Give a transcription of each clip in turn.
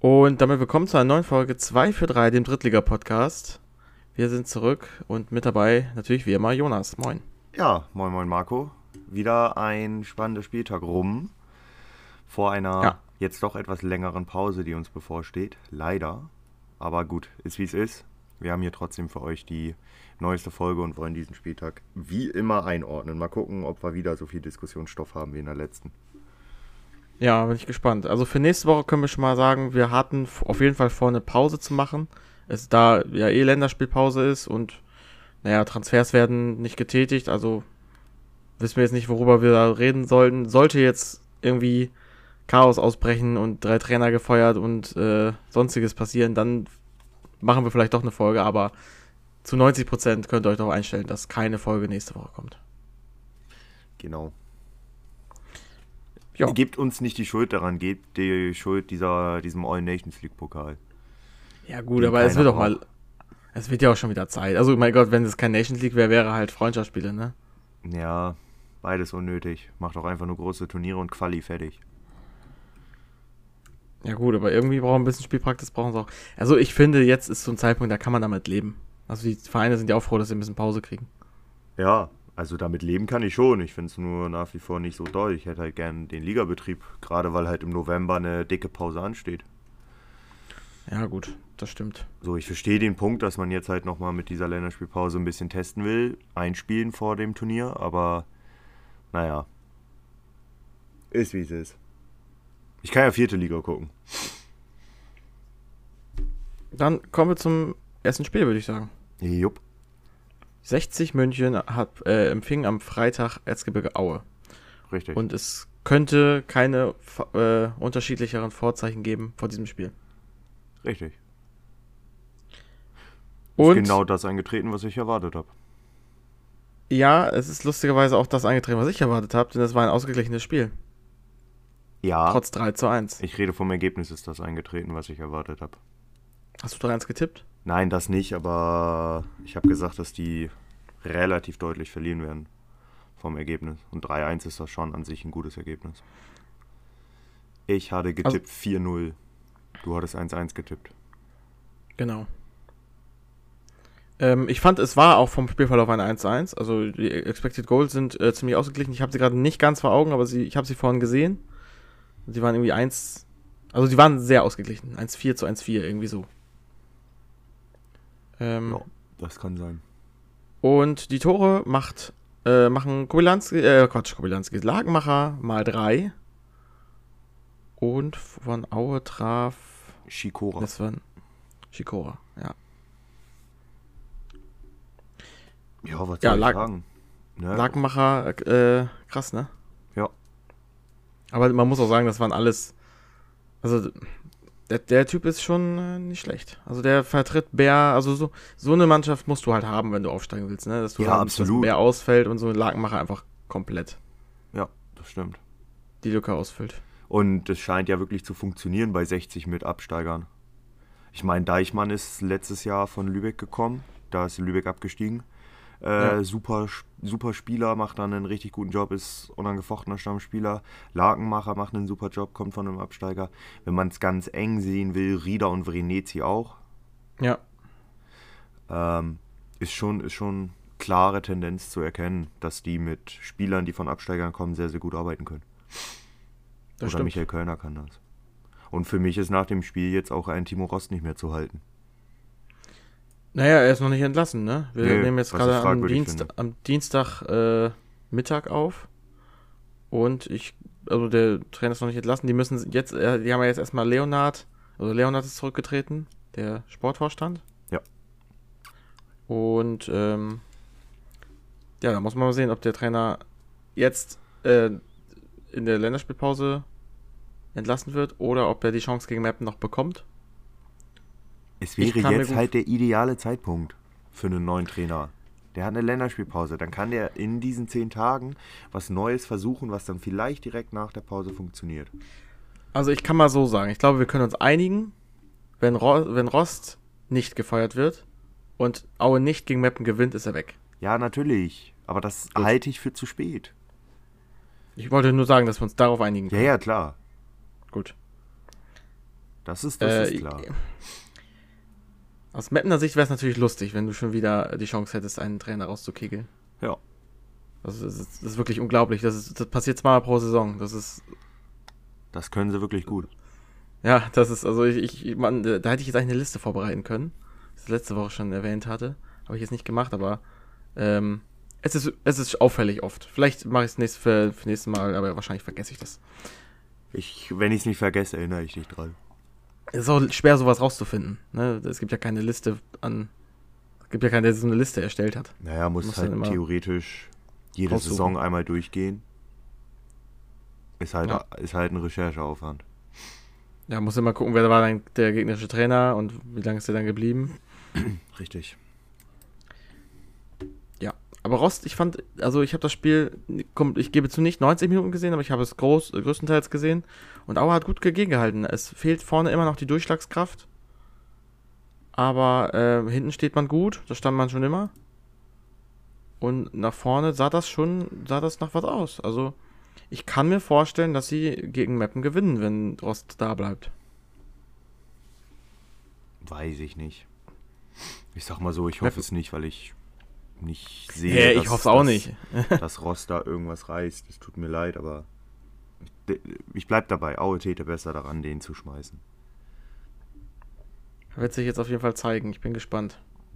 Und damit willkommen zu einer neuen Folge 2 für 3, dem Drittliga-Podcast. Wir sind zurück und mit dabei natürlich wie immer Jonas. Moin. Ja, moin moin Marco. Wieder ein spannender Spieltag rum. Vor einer Ja, jetzt doch etwas längeren Pause, die uns bevorsteht. Leider. Aber gut, ist wie es ist. Wir haben hier trotzdem für euch die neueste Folge und wollen diesen Spieltag wie immer einordnen. Mal gucken, ob wir wieder so viel Diskussionsstoff haben wie in der letzten. ja, bin ich gespannt. Also für nächste Woche können wir schon mal sagen, wir hatten auf jeden Fall vor, eine Pause zu machen. Da ja Länderspielpause ist und naja, Transfers werden nicht getätigt, also wissen wir jetzt nicht, worüber wir da reden sollten. Sollte jetzt irgendwie Chaos ausbrechen und 3 Trainer gefeuert und sonstiges passieren, dann machen wir vielleicht doch eine Folge, aber zu 90% könnt ihr euch darauf einstellen, dass keine Folge nächste Woche kommt. Genau. Ja, Gebt uns nicht die Schuld daran, gebt die Schuld diesem All Nations League Pokal. ja gut, Den aber es keiner wird doch mal, braucht. es wird ja auch schon wieder Zeit. Also mein Gott, wenn es kein Nations League wäre, wäre halt Freundschaftsspiele, ne? Ja, beides unnötig. Macht doch einfach nur große Turniere und Quali fertig. Ja gut, aber irgendwie brauchen wir ein bisschen Spielpraxis, brauchen sie auch. Also ich finde, jetzt ist so ein Zeitpunkt, da kann man damit leben. Also die Vereine sind ja auch froh, dass sie ein bisschen Pause kriegen. Ja, also damit leben kann ich schon. Ich finde es nur nach wie vor nicht so doll. Ich hätte halt gern den Ligabetrieb, gerade weil halt im November eine dicke Pause ansteht. Ja gut, das stimmt. So, ich verstehe den Punkt, dass man jetzt halt nochmal mit dieser Länderspielpause ein bisschen testen will, einspielen vor dem Turnier, aber naja, ist wie es ist. Ich kann ja vierte Liga gucken. Dann kommen wir zum ersten Spiel, würde ich sagen. Jupp, 60 München empfing am Freitag Erzgebirge Aue. richtig. Und es könnte keine unterschiedlicheren Vorzeichen geben vor diesem Spiel. Richtig. Ist Und genau das eingetreten, was ich erwartet habe. ja, es ist lustigerweise auch das eingetreten, was ich erwartet habe, denn es war ein ausgeglichenes Spiel. Ja, Trotz 3:1. ich rede vom Ergebnis, ist das eingetreten, was ich erwartet habe. Hast du 3:1 getippt? Nein, das nicht, aber ich habe gesagt, dass die relativ deutlich verlieren werden vom Ergebnis. Und 3-1 ist das schon an sich ein gutes Ergebnis. Ich hatte Also, getippt 4-0. Du hattest 1-1 getippt. genau. Ich fand, es war auch vom Spielverlauf eine 1:1. Also die Expected Goals sind ziemlich ausgeglichen. Ich habe sie gerade nicht ganz vor Augen, aber ich habe sie vorhin gesehen. Sie waren irgendwie 1. Also die waren sehr ausgeglichen. 1:4 zu 1:4, irgendwie so. Ja, das kann sein. Und die Tore machen Kobylanski, Lagenmacher mal 3. Und von Aue traf. Shikora. Das war Schikora, ja. Ja, was Ja, soll ich sagen? Ne? Lagenmacher, krass, ne? Ja, Aber man muss auch sagen, das waren alles. Also, der Typ ist schon nicht schlecht. Also, der vertritt Bär. Also, so eine Mannschaft musst du halt haben, wenn du aufsteigen willst, ne? Dass du ja, haben, dass ein absolut. Bär ausfällt und so ein Lagenmacher einfach komplett Ja, das stimmt. die Lücke ausfüllt. Und es scheint ja wirklich zu funktionieren bei 60 mit Absteigern. Ich meine, Deichmann ist letztes Jahr von Lübeck gekommen. Da ist Lübeck abgestiegen. Ja. Super Spieler, macht dann einen richtig guten Job, ist unangefochtener Stammspieler. Lakenmacher macht einen super Job, kommt von einem Absteiger. Wenn man es ganz eng sehen will, Rieder und Vrenetzi auch. Ja, Ist schon klare Tendenz zu erkennen, dass die mit Spielern, die von Absteigern kommen, sehr, sehr gut arbeiten können. das Oder stimmt. Michael Kölner kann das. Und für mich ist nach dem Spiel jetzt auch ein Timo Rost nicht mehr zu halten. Naja, er ist noch nicht entlassen, ne? Wir Nee, nehmen jetzt was ich gerade fragwürdig finde. Am Dienstag Mittag auf. Und also der Trainer ist noch nicht entlassen. Die müssen jetzt, die haben ja jetzt erstmal Leonhard, also Leonhard ist zurückgetreten, der Sportvorstand. Ja. Und ja, da muss man mal sehen, ob der Trainer jetzt in der Länderspielpause entlassen wird oder ob er die Chance gegen Meppen noch bekommt. Es Ich wäre kann mir jetzt gut halt der ideale Zeitpunkt für einen neuen Trainer. Der hat eine Länderspielpause. Dann kann der in diesen 10 Tagen was Neues versuchen, was dann vielleicht direkt nach der Pause funktioniert. Also ich kann mal so sagen, ich glaube, wir können uns einigen, wenn Rost nicht gefeuert wird und Aue nicht gegen Meppen gewinnt, ist er weg. Ja, natürlich. Aber das Gut. halte ich für zu spät. Ich wollte nur sagen, dass wir uns darauf einigen Ja, können. ja, klar. Gut. Das ist klar. Aus Mappener Sicht wäre es natürlich lustig, wenn du schon wieder die Chance hättest, einen Trainer rauszukegeln. Ja. Das ist wirklich unglaublich. Das passiert zweimal pro Saison. Das können sie wirklich gut. Ja, das ist, also da hätte ich jetzt eigentlich eine Liste vorbereiten können, die ich letzte Woche schon erwähnt hatte. Habe ich jetzt nicht gemacht, aber es ist auffällig oft. Vielleicht mache ich es für nächstes Mal, aber wahrscheinlich vergesse ich das. Wenn ich es nicht vergesse, erinnere ich dich dran. Es ist auch schwer, sowas rauszufinden. Ne? Es gibt ja keine Liste es gibt ja keinen, der so eine Liste erstellt hat. Naja, muss halt theoretisch jede Saison einmal durchgehen. Ist halt ein Rechercheaufwand. Ja, muss immer gucken, wer war dann der gegnerische Trainer und wie lange ist der dann geblieben. Richtig. Ja, aber Rost, ich habe das Spiel, ich gebe zu, nicht 90 Minuten gesehen, aber ich habe es größtenteils gesehen und Aue hat gut gegengehalten. Es fehlt vorne immer noch die Durchschlagskraft, aber hinten steht man gut, da stand man schon immer und nach vorne sah das nach was aus. Also ich kann mir vorstellen, dass sie gegen Meppen gewinnen, wenn Rost da bleibt. Weiß ich nicht. Ich sag mal so, ich hoffe es nicht, weil ich nicht sehe, ich hoffe es auch nicht. dass Rost da irgendwas reißt. Es tut mir leid, aber ich bleib dabei. Aue täte besser daran, den zu schmeißen. Wird sich jetzt auf jeden Fall zeigen. Ich bin gespannt.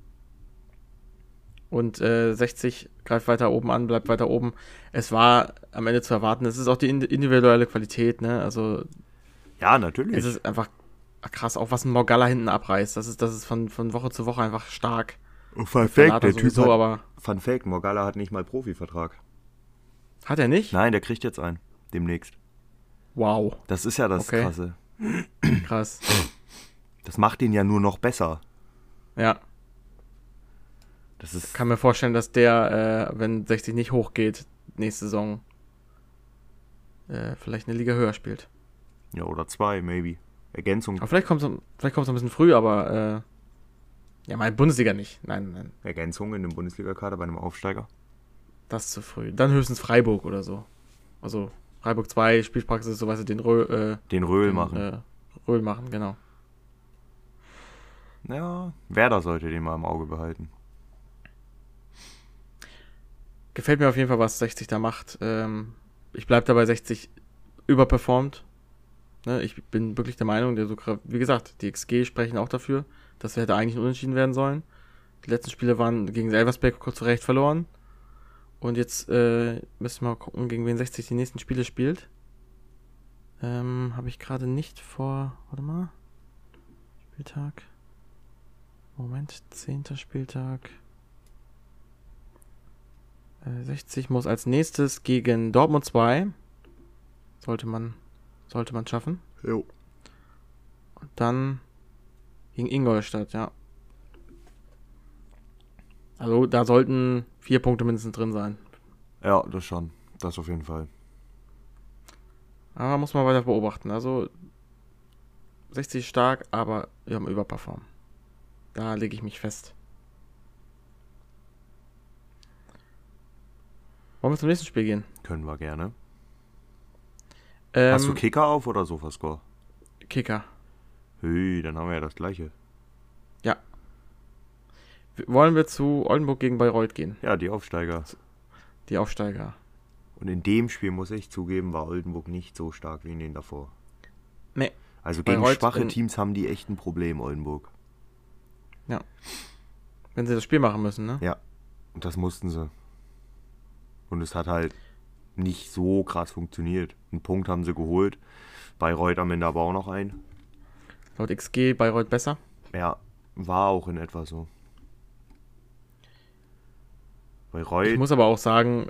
Und 60 greift weiter oben an, bleibt weiter oben. Es war am Ende zu erwarten. Es ist auch die individuelle Qualität, ne? Also ja, natürlich. Es ist einfach krass, auch was ein Morgalla hinten abreißt. Das ist von Woche zu Woche einfach stark. Fun Fact, der sowieso, Typ aber Fun Fact, Morgalla hat nicht mal Profivertrag. Hat er nicht? Nein, der kriegt jetzt einen. Demnächst. Wow. Das ist ja das Krasse. Krass. Das macht ihn ja nur noch besser. Ja. Ich kann mir vorstellen, dass der, wenn 60 nicht hochgeht, nächste Saison vielleicht eine Liga höher spielt. Ja, oder 2, maybe. Ergänzung. Aber vielleicht kommt es ein bisschen früh, aber ja, mal Bundesliga nicht. Nein. Ergänzung in dem Bundesliga-Kader bei einem Aufsteiger? Das ist zu früh. Dann höchstens Freiburg oder so. Also Freiburg 2, Spielpraxis, so weißt du, den Röhl machen. Röhl machen, genau. Ja, Werder sollte den mal im Auge behalten. Gefällt mir auf jeden Fall, was 60 da macht. Ich bleibe dabei, 60 überperformt. Ne, ich bin wirklich der Meinung, wie gesagt, die XG sprechen auch dafür, dass wir hätte eigentlich unentschieden werden sollen. Die letzten Spiele waren gegen Elversberg kurz zu Recht verloren. Und jetzt müssen wir mal gucken, gegen wen 60 die nächsten Spiele spielt. Habe ich gerade nicht vor... Warte mal. Spieltag. Moment, 10. Spieltag. 60 muss als nächstes gegen Dortmund 2. Sollte man schaffen. Jo. Und dann gegen Ingolstadt, ja. Also da sollten 4 Punkte mindestens drin sein. Ja, das schon. Das auf jeden Fall. Aber muss man weiter beobachten. Also 60 stark, aber wir haben überperformt. Da lege ich mich fest. Wollen wir zum nächsten Spiel gehen? Können wir gerne. Hast du Kicker auf oder Sofascore? Kicker. Hey, dann haben wir ja das gleiche. Ja. Wollen wir zu Oldenburg gegen Bayreuth gehen? Ja, die Aufsteiger. Die Aufsteiger. Und in dem Spiel, muss ich zugeben, war Oldenburg nicht so stark wie in den davor. Nee. Also gegen Bayreuth, schwache Teams haben die echt ein Problem, Oldenburg. Ja. Wenn sie das Spiel machen müssen, ne? Ja. Und das mussten sie. Und es hat halt nicht so krass funktioniert. Einen Punkt haben sie geholt. Bayreuth am Ende aber auch noch einen. Laut XG Bayreuth besser? Ja, war auch in etwa so. Bayreuth. Ich muss aber auch sagen,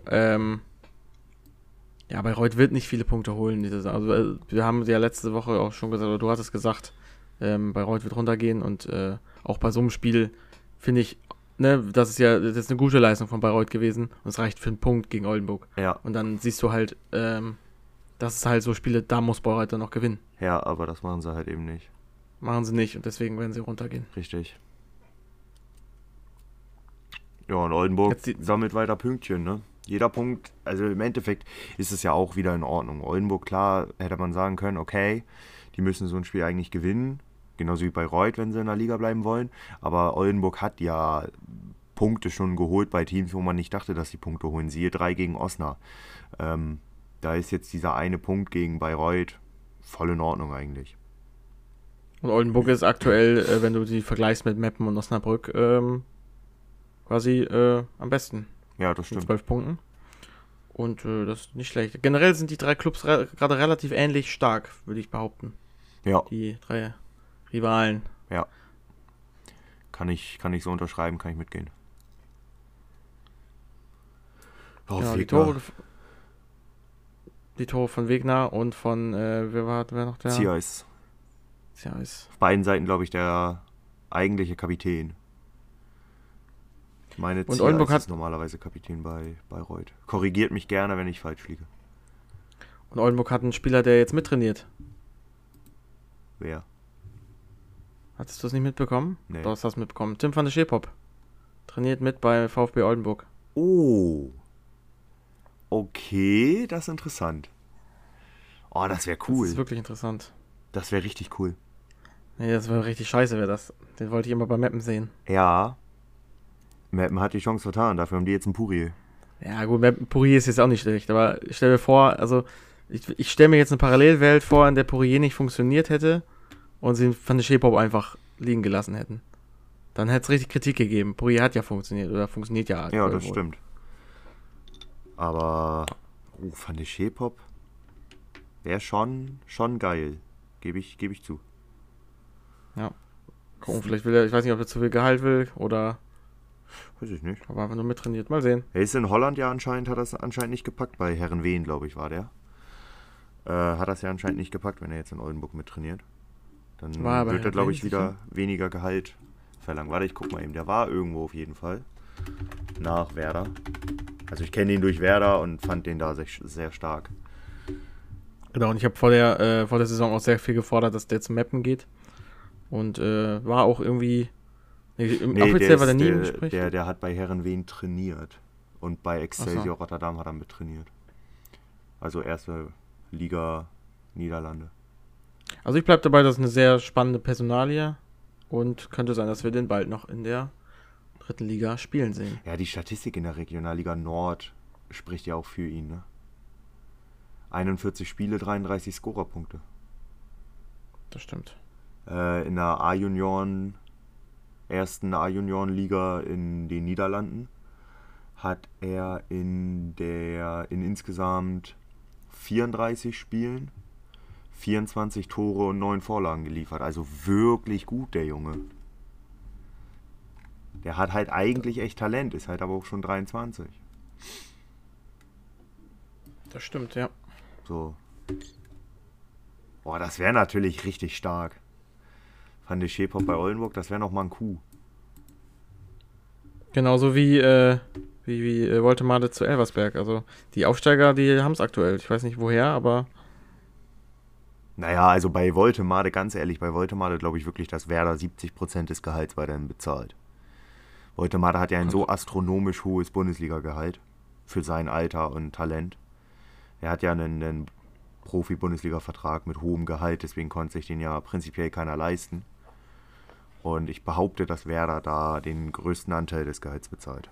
Bayreuth wird nicht viele Punkte holen. Also wir haben ja letzte Woche auch schon gesagt, oder du hattest gesagt, Bayreuth wird runtergehen und auch bei so einem Spiel finde ich, ne, das ist eine gute Leistung von Bayreuth gewesen und es reicht für einen Punkt gegen Oldenburg. Ja. Und dann siehst du halt, dass es halt so Spiele, da muss Bayreuth dann noch gewinnen. Ja, aber das machen sie halt eben nicht. Machen sie nicht und deswegen werden sie runtergehen. Richtig. Ja, und Oldenburg sammelt weiter Pünktchen, ne? Jeder Punkt, also im Endeffekt ist es ja auch wieder in Ordnung. Oldenburg, klar, hätte man sagen können, okay, Die müssen so ein Spiel eigentlich gewinnen. Genauso wie Bayreuth, wenn sie in der Liga bleiben wollen. Aber Oldenburg hat ja Punkte schon geholt bei Teams, wo man nicht dachte, dass sie Punkte holen. Siehe 3 gegen Osnabrück. Da ist jetzt dieser eine Punkt gegen Bayreuth voll in Ordnung eigentlich. Und Oldenburg ist aktuell, wenn du die vergleichst mit Meppen und Osnabrück, quasi am besten. Ja, das Mit stimmt. 12 Punkten. Und das ist nicht schlecht. Generell sind die drei Clubs gerade relativ ähnlich stark, würde ich behaupten. Ja, Die drei Rivalen. ja. Kann ich so unterschreiben, kann ich mitgehen. Oh, Ja, Wegner. die Tore von Wegner und von, wer noch der? Zier's. Ja, ist. Auf beiden Seiten, glaube ich, der eigentliche Kapitän. Ich meine, Und Oldenburg Zier's hat- ist normalerweise Kapitän bei Bayreuth. Korrigiert mich gerne, wenn ich falsch liege. Und Oldenburg hat einen Spieler, der jetzt mittrainiert. Wer? Hattest du es nicht mitbekommen? Nee. Du hast das mitbekommen. Tim van der Schepop trainiert mit bei VfB Oldenburg. Oh. Okay, das ist interessant. Oh, das wäre Das cool. ist wirklich interessant. Das wäre richtig cool. Nee, das wäre richtig scheiße, wäre das. Den wollte ich immer bei Meppen sehen. Ja. Meppen hat die Chance vertan, dafür haben die jetzt einen Puri. Ja, gut, Poirier ist jetzt auch nicht schlecht, aber ich stelle mir vor, also ich stelle mir jetzt eine Parallelwelt vor, in der Poirier nicht funktioniert hätte und sie Van der Schepop einfach liegen gelassen hätten. Dann hätte es richtig Kritik gegeben. Poirier hat ja funktioniert oder funktioniert ja. Ja, aktuell das wohl. stimmt. Aber Van der Schepop wäre schon geil. Gebe ich zu. Gucken, vielleicht will er, ich weiß nicht, ob er zu viel Gehalt will oder Weiß ich nicht. ob er einfach nur mittrainiert. Mal sehen. Er ist in Holland ja anscheinend, hat das anscheinend nicht gepackt. Bei Herrenveen, glaube ich, war der. Hat das ja anscheinend nicht gepackt, wenn er jetzt in Oldenburg mittrainiert. Dann War er bei wird er, glaube ich, Herrenveen, wieder weniger Gehalt verlangen. Warte, ich guck mal eben. Der war irgendwo auf jeden Fall. Nach Werder. Also ich kenne ihn durch Werder und fand den da sehr stark. Genau, und ich habe vor der Saison auch sehr viel gefordert, dass der zum Mappen geht. Und war auch irgendwie. Offiziell war der nie im Gespräch. Der hat bei Herrenveen trainiert. Und bei Excelsior Rotterdam hat er mit trainiert. Also erste Liga Niederlande. Also ich bleibe dabei, das ist eine sehr spannende Personalie und könnte sein, dass wir den bald noch in der dritten Liga spielen sehen. Ja, die Statistik in der Regionalliga Nord spricht ja auch für ihn, ne? 41 Spiele, 33 Scorerpunkte. Das stimmt. In der A-Junioren, ersten A-Junioren-Liga in den Niederlanden hat er in insgesamt 34 Spielen 24 Tore und 9 Vorlagen geliefert. Also wirklich gut, der Junge. Der hat halt eigentlich echt Talent, ist halt aber auch schon 23. Das stimmt, ja. So. Boah, das wäre natürlich richtig stark. Van der Schepop bei Oldenburg, das wäre nochmal ein Coup. Genauso wie Woltemade zu Elversberg. Also die Aufsteiger, die haben es aktuell. Ich weiß nicht woher, aber Naja, also bei Woltemade, ganz ehrlich, bei Woltemade glaube ich wirklich, dass Werder 70% des Gehalts weiterhin bezahlt. Woltemade hat ja ein so astronomisch hohes Bundesliga-Gehalt für sein Alter und Talent. Er hat ja einen Profi-Bundesliga-Vertrag mit hohem Gehalt, deswegen konnte sich den ja prinzipiell keiner leisten. Und ich behaupte, dass Werder da den größten Anteil des Gehalts bezahlt.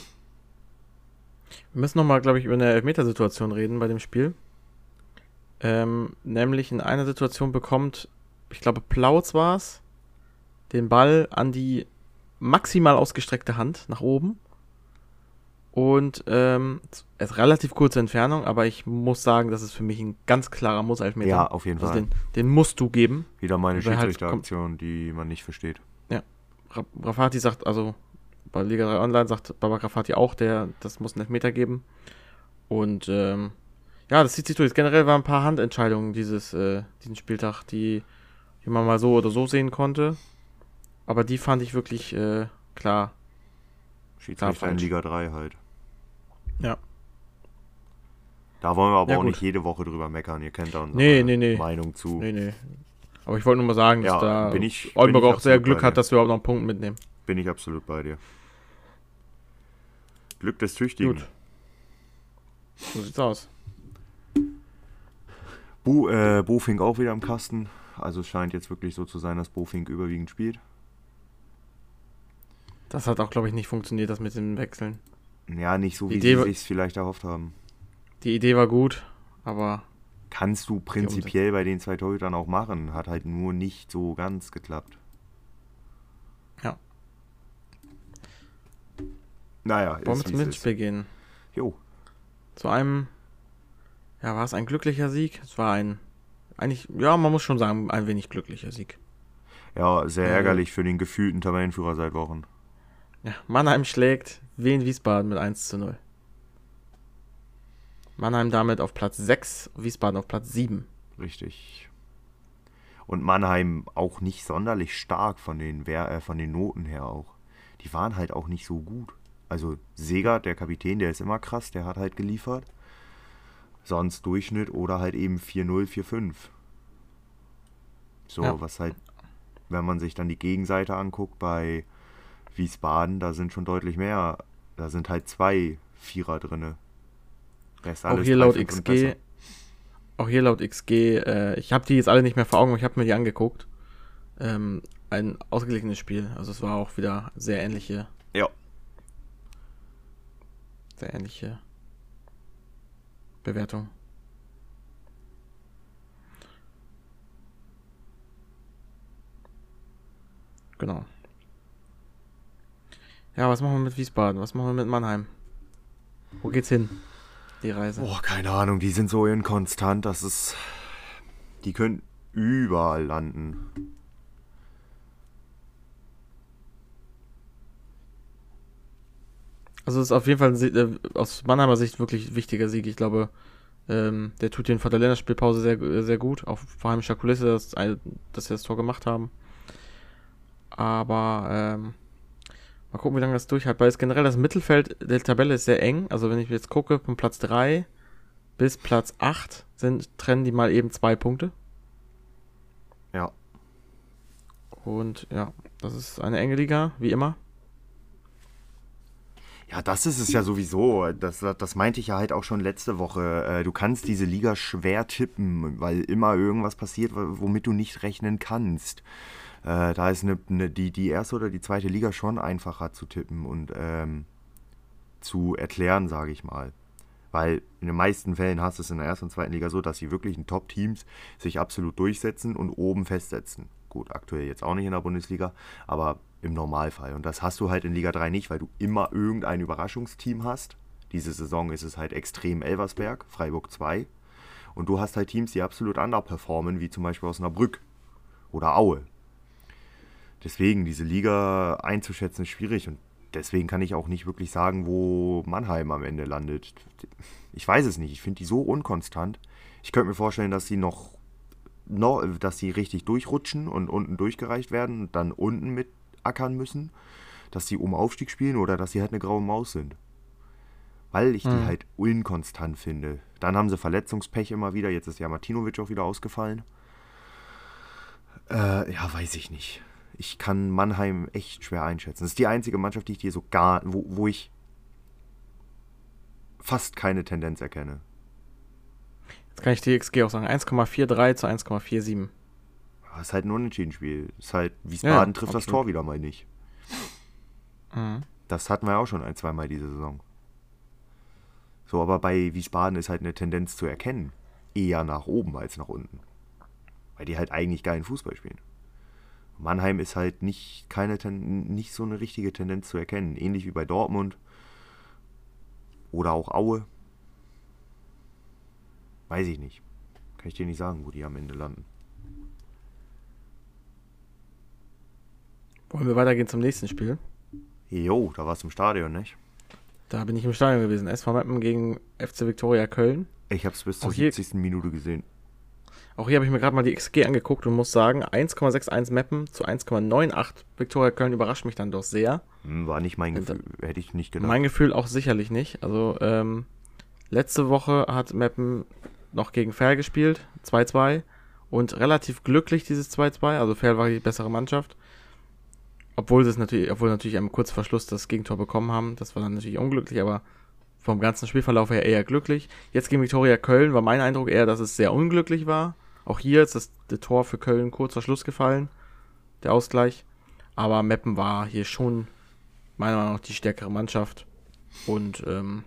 wir müssen nochmal, glaube ich, über eine Elfmetersituation reden bei dem Spiel. Nämlich in einer Situation bekommt, ich glaube Plautz war es, den Ball an die maximal ausgestreckte Hand nach oben. Und es ist relativ kurze Entfernung, aber ich muss sagen, das ist für mich ein ganz klarer Muss-Elfmeter. Ja, auf jeden Fall. Den musst du geben. Wieder meine Weil halt Schiedsrichteraktion, die man nicht versteht. Rafati sagt, also bei Liga 3 Online sagt Baba Rafati auch, das muss einen Elfmeter geben. Und ja, das zieht sich durch. Generell waren ein paar Handentscheidungen diesen Spieltag, die man mal so oder so sehen konnte. Aber die fand ich wirklich klar. Schiedsrichter in falsch. Liga 3 halt. Ja. Da wollen wir aber Ja, auch gut. nicht jede Woche drüber meckern. Ihr kennt da unsere Nee. Meinung zu. Nee. Aber ich wollte nur mal sagen, dass Ja, da bin ich Oldenburg auch sehr absolut Glück bei hat, dir. dass wir überhaupt noch einen Punkt mitnehmen. Bin ich absolut bei dir. Glück des Tüchtigen. Gut. So sieht's aus. Bofink auch wieder im Kasten. Also es scheint jetzt wirklich so zu sein, dass Bofink überwiegend spielt. Das hat auch, glaube ich, nicht funktioniert, das mit den Wechseln. Ja, nicht so, wie Die Idee sie sich vielleicht erhofft haben. Die Idee war gut, aber Kannst du prinzipiell bei den 2 Torhütern auch machen. Hat halt nur nicht so ganz geklappt. ja. Naja, Wollen wir zum Hinspiel gehen? Jo. Zu einem, ja, war es ein glücklicher Sieg? Es war eigentlich, ja, man muss schon sagen, ein wenig glücklicher Sieg. Ja, sehr ärgerlich für den gefühlten Tabellenführer seit Wochen. Ja, Mannheim schlägt Wien Wiesbaden mit 1:0. Mannheim damit auf Platz 6, Wiesbaden auf Platz 7. Richtig. Und Mannheim auch nicht sonderlich stark von den Noten her auch. Die waren halt auch nicht so gut. Also Segert, der Kapitän, der ist immer krass, der hat halt geliefert. Sonst Durchschnitt oder halt eben 4-0, 4-5. So, was halt, wenn man sich dann die Gegenseite anguckt bei Wiesbaden, da sind schon deutlich mehr. Da sind halt 2 Vierer drinne. Rest alles Auch hier 3, laut 5 und XG, besser. ich habe die jetzt alle nicht mehr vor Augen, aber ich habe mir die angeguckt. Ein ausgeglichenes Spiel. Also es war auch wieder sehr ähnliche Bewertung. Genau. Ja, was machen wir mit Wiesbaden? Was machen wir mit Mannheim? Wo geht's hin? Die Reise. Boah, keine Ahnung, die sind so inkonstant, dass es. Die können überall landen. Also es ist auf jeden Fall aus Mannheimer Sicht wirklich wichtiger Sieg. Ich glaube, der tut den vor der Länderspielpause sehr, sehr gut. Auch vor heimischer Kulisse, dass sie das Tor gemacht haben. Aber mal gucken, wie lange das durchhält. Weil es generell das Mittelfeld der Tabelle ist sehr eng. Also wenn ich jetzt gucke, von Platz 3 bis Platz 8 trennen die mal eben 2 Punkte. Ja. Und ja, das ist eine enge Liga, wie immer. Ja, das ist es ja sowieso. Das meinte ich ja halt auch schon letzte Woche. Du kannst diese Liga schwer tippen, weil immer irgendwas passiert, womit du nicht rechnen kannst. Da ist die erste oder die zweite Liga schon einfacher zu tippen und zu erklären, sage ich mal. Weil in den meisten Fällen hast du es in der ersten und zweiten Liga so, dass die wirklichen Top-Teams sich absolut durchsetzen und oben festsetzen. Gut, aktuell jetzt auch nicht in der Bundesliga, aber im Normalfall. Und das hast du halt in Liga 3 nicht, weil du immer irgendein Überraschungsteam hast. Diese Saison ist es halt extrem Elversberg, Freiburg 2. Und du hast halt Teams, die absolut underperformen, wie zum Beispiel Osnabrück oder Aue. Deswegen, diese Liga einzuschätzen ist schwierig und deswegen kann ich auch nicht wirklich sagen, wo Mannheim am Ende landet. Ich weiß es nicht, ich finde die so unkonstant. Ich könnte mir vorstellen, dass sie dass sie richtig durchrutschen und unten durchgereicht werden und dann unten mit ackern müssen, dass sie um Aufstieg spielen oder dass sie halt eine graue Maus sind. Weil ich die halt unkonstant finde. Dann haben sie Verletzungspech immer wieder, jetzt ist ja Martinovic auch wieder ausgefallen. Ja, weiß ich nicht. Ich kann Mannheim echt schwer einschätzen. Das ist die einzige Mannschaft, die ich dir wo ich fast keine Tendenz erkenne. Jetzt kann ich die XG auch sagen. 1,43 zu 1,47. Das ist halt ein Unentschieden-Spiel. Ist halt, Wiesbaden trifft absolut. das Tor wieder mal nicht. Mhm. Das hatten wir auch schon 1-2 Mal diese Saison. So, aber bei Wiesbaden ist halt eine Tendenz zu erkennen. Eher nach oben als nach unten. Weil die halt eigentlich geilen Fußball spielen. Mannheim ist halt nicht so eine richtige Tendenz zu erkennen. Ähnlich wie bei Dortmund. Oder auch Aue. Weiß ich nicht. Kann ich dir nicht sagen, wo die am Ende landen. Wollen wir weitergehen zum nächsten Spiel? Jo, da warst du im Stadion, nicht? Da bin ich im Stadion gewesen. SV Meppen gegen FC Viktoria Köln. Ich habe es bis zur 70. Minute gesehen. Auch hier habe ich mir gerade mal die XG angeguckt und muss sagen, 1,61 Meppen zu 1,98 Viktoria Köln überrascht mich dann doch sehr. War nicht mein Gefühl, hätte ich nicht gedacht. Mein Gefühl auch sicherlich nicht. Also letzte Woche hat Meppen noch gegen Ferl gespielt, 2-2 und relativ glücklich dieses 2-2. Also Ferl war die bessere Mannschaft. Obwohl natürlich am kurz vor Schluss das Gegentor bekommen haben. Das war dann natürlich unglücklich, aber vom ganzen Spielverlauf her eher glücklich. Jetzt gegen Viktoria Köln war mein Eindruck eher, dass es sehr unglücklich war. Auch hier ist das Tor für Köln kurz vor Schluss gefallen, der Ausgleich. Aber Meppen war hier schon meiner Meinung nach die stärkere Mannschaft. Und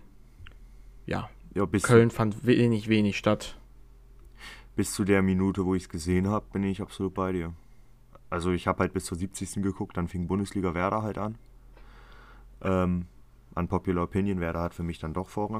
Köln fand wenig statt. Bis zu der Minute, wo ich es gesehen habe, bin ich absolut bei dir. Also ich habe halt bis zur 70. geguckt, dann fing Bundesliga Werder halt an. Unpopular Opinion, Werder hat für mich dann doch Vorrang.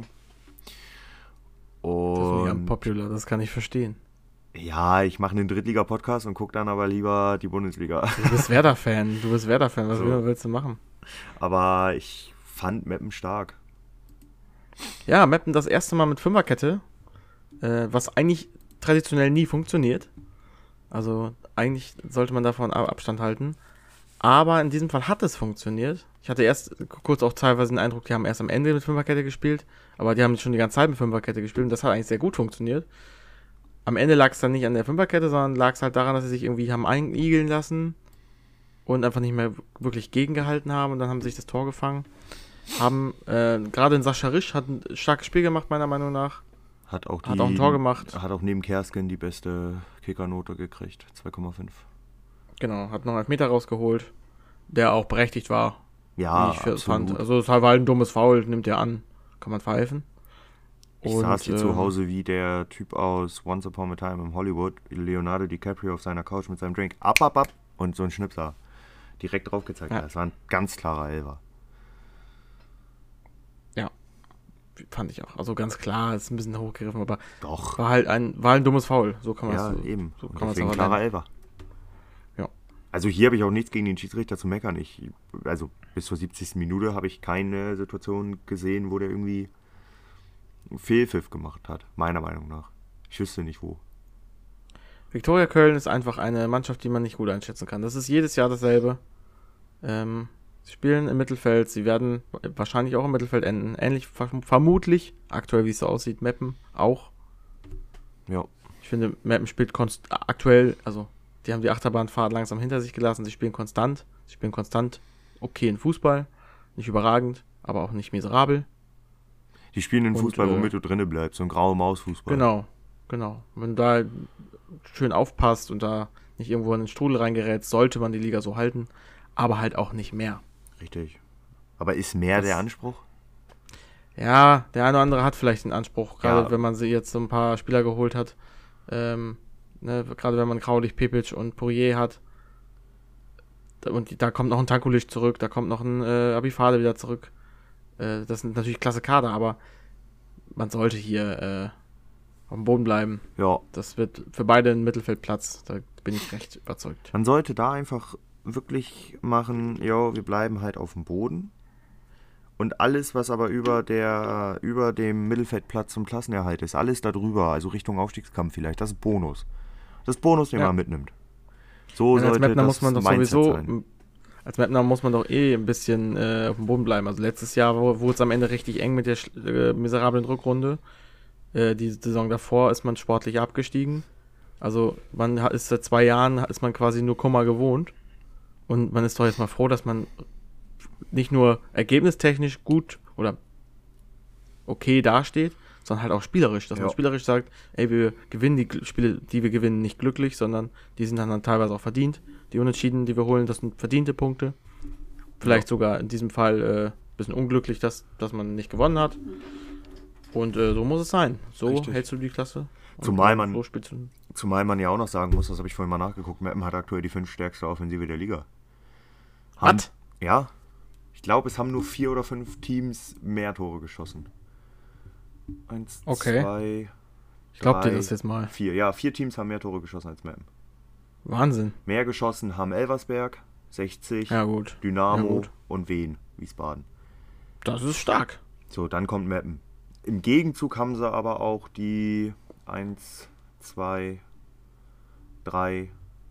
Und das ist nicht unpopular, das kann ich verstehen. Ja, ich mache einen Drittliga-Podcast und gucke dann aber lieber die Bundesliga. Du bist Werder-Fan, was willst du machen? Aber ich fand Meppen stark. Ja, Meppen das erste Mal mit Fünferkette, was eigentlich traditionell nie funktioniert. Also eigentlich sollte man davon Abstand halten. Aber in diesem Fall hat es funktioniert. Ich hatte erst kurz auch teilweise den Eindruck, die haben erst am Ende mit Fünferkette gespielt, aber die haben schon die ganze Zeit mit Fünferkette gespielt und das hat eigentlich sehr gut funktioniert. Am Ende lag es dann nicht an der Fünferkette, sondern lag es halt daran, dass sie sich irgendwie haben einigeln lassen und einfach nicht mehr wirklich gegengehalten haben und dann haben sie sich das Tor gefangen. Haben, gerade in Sascha Risch hat ein starkes Spiel gemacht, meiner Meinung nach. Hat auch ein Tor gemacht. Hat auch neben Kersken die beste Kickernote gekriegt, 2,5. Genau, hat noch einen Elfmeter rausgeholt, der auch berechtigt war. Ja, wie ich fand. Also es war halt ein dummes Foul, nimmt er an. Kann man pfeifen. Ich saß hier zu Hause wie der Typ aus Once Upon a Time in Hollywood, Leonardo DiCaprio auf seiner Couch mit seinem Drink, ab, und so ein Schnipser direkt drauf gezeigt. Ja. Das war ein ganz klarer Elfer. Ja, fand ich auch. Also ganz klar, ist ein bisschen hochgegriffen, aber doch. War ein dummes Foul. So kann man es Ja, eben. So kann deswegen klarer Elfer. Ja. Also hier habe ich auch nichts gegen den Schiedsrichter zu meckern. Also bis zur 70. Minute habe ich keine Situation gesehen, wo der irgendwie einen Fehlpfiff gemacht hat, meiner Meinung nach. Ich wüsste nicht wo. Viktoria Köln ist einfach eine Mannschaft, die man nicht gut einschätzen kann. Das ist jedes Jahr dasselbe. Sie spielen im Mittelfeld, sie werden wahrscheinlich auch im Mittelfeld enden. Ähnlich vermutlich, aktuell wie es so aussieht, Meppen auch. Ja. Ich finde, Meppen spielt aktuell, also die haben die Achterbahnfahrt langsam hinter sich gelassen. Sie spielen konstant okay in Fußball. Nicht überragend, aber auch nicht miserabel. Die spielen einen Fußball, womit du drinne bleibst, so ein graue Maus-Fußball. Genau. Wenn du da schön aufpasst und da nicht irgendwo in den Strudel reingerätst, sollte man die Liga so halten, aber halt auch nicht mehr. Richtig. Aber ist mehr der Anspruch? Ja, der eine oder andere hat vielleicht den Anspruch, gerade wenn man sie jetzt so ein paar Spieler geholt hat. Gerade wenn man Kraulich, Pepic und Poirier hat. Und da kommt noch ein Tankulic zurück, da kommt noch ein Abifade wieder zurück. Das sind natürlich klasse Kader, aber man sollte hier auf dem Boden bleiben. Ja. Das wird für beide ein Mittelfeldplatz, da bin ich recht überzeugt. Man sollte da einfach wirklich machen, wir bleiben halt auf dem Boden. Und alles, was aber über dem Mittelfeldplatz zum Klassenerhalt ist, alles darüber, also Richtung Aufstiegskampf vielleicht, das ist Bonus. Das ist Bonus, den man mitnimmt. So sollte das Mindset sein. Als Mapner muss man doch ein bisschen auf dem Boden bleiben. Also letztes Jahr wurde es am Ende richtig eng mit der miserablen Rückrunde. Die Saison davor ist man sportlich abgestiegen. Also man ist seit 2 Jahren ist man quasi nur Kummer gewohnt. Und man ist doch jetzt mal froh, dass man nicht nur ergebnistechnisch gut oder okay dasteht, sondern halt auch spielerisch. Dass man spielerisch sagt, wir gewinnen die Spiele, die wir gewinnen, nicht glücklich, sondern die sind dann teilweise auch verdient. Die Unentschieden, die wir holen, das sind verdiente Punkte. Vielleicht sogar in diesem Fall ein bisschen unglücklich, dass man nicht gewonnen hat. Und so muss es sein. So Richtig. Hältst du die Klasse. Zumal man ja auch noch sagen muss, das habe ich vorhin mal nachgeguckt, Meppen hat aktuell die 5 stärkste Offensive der Liga. Was? Ja. Ich glaube, es haben nur 4 oder 5 Teams mehr Tore geschossen. 1, 2, ich glaube dir das jetzt mal. 4. Ja, 4 Teams haben mehr Tore geschossen als Meppen. Wahnsinn. Mehr geschossen haben Elversberg, 60, Dynamo und Wiesbaden. Das ist stark. So, dann kommt Meppen. Im Gegenzug haben sie aber auch die 1, 2, 3,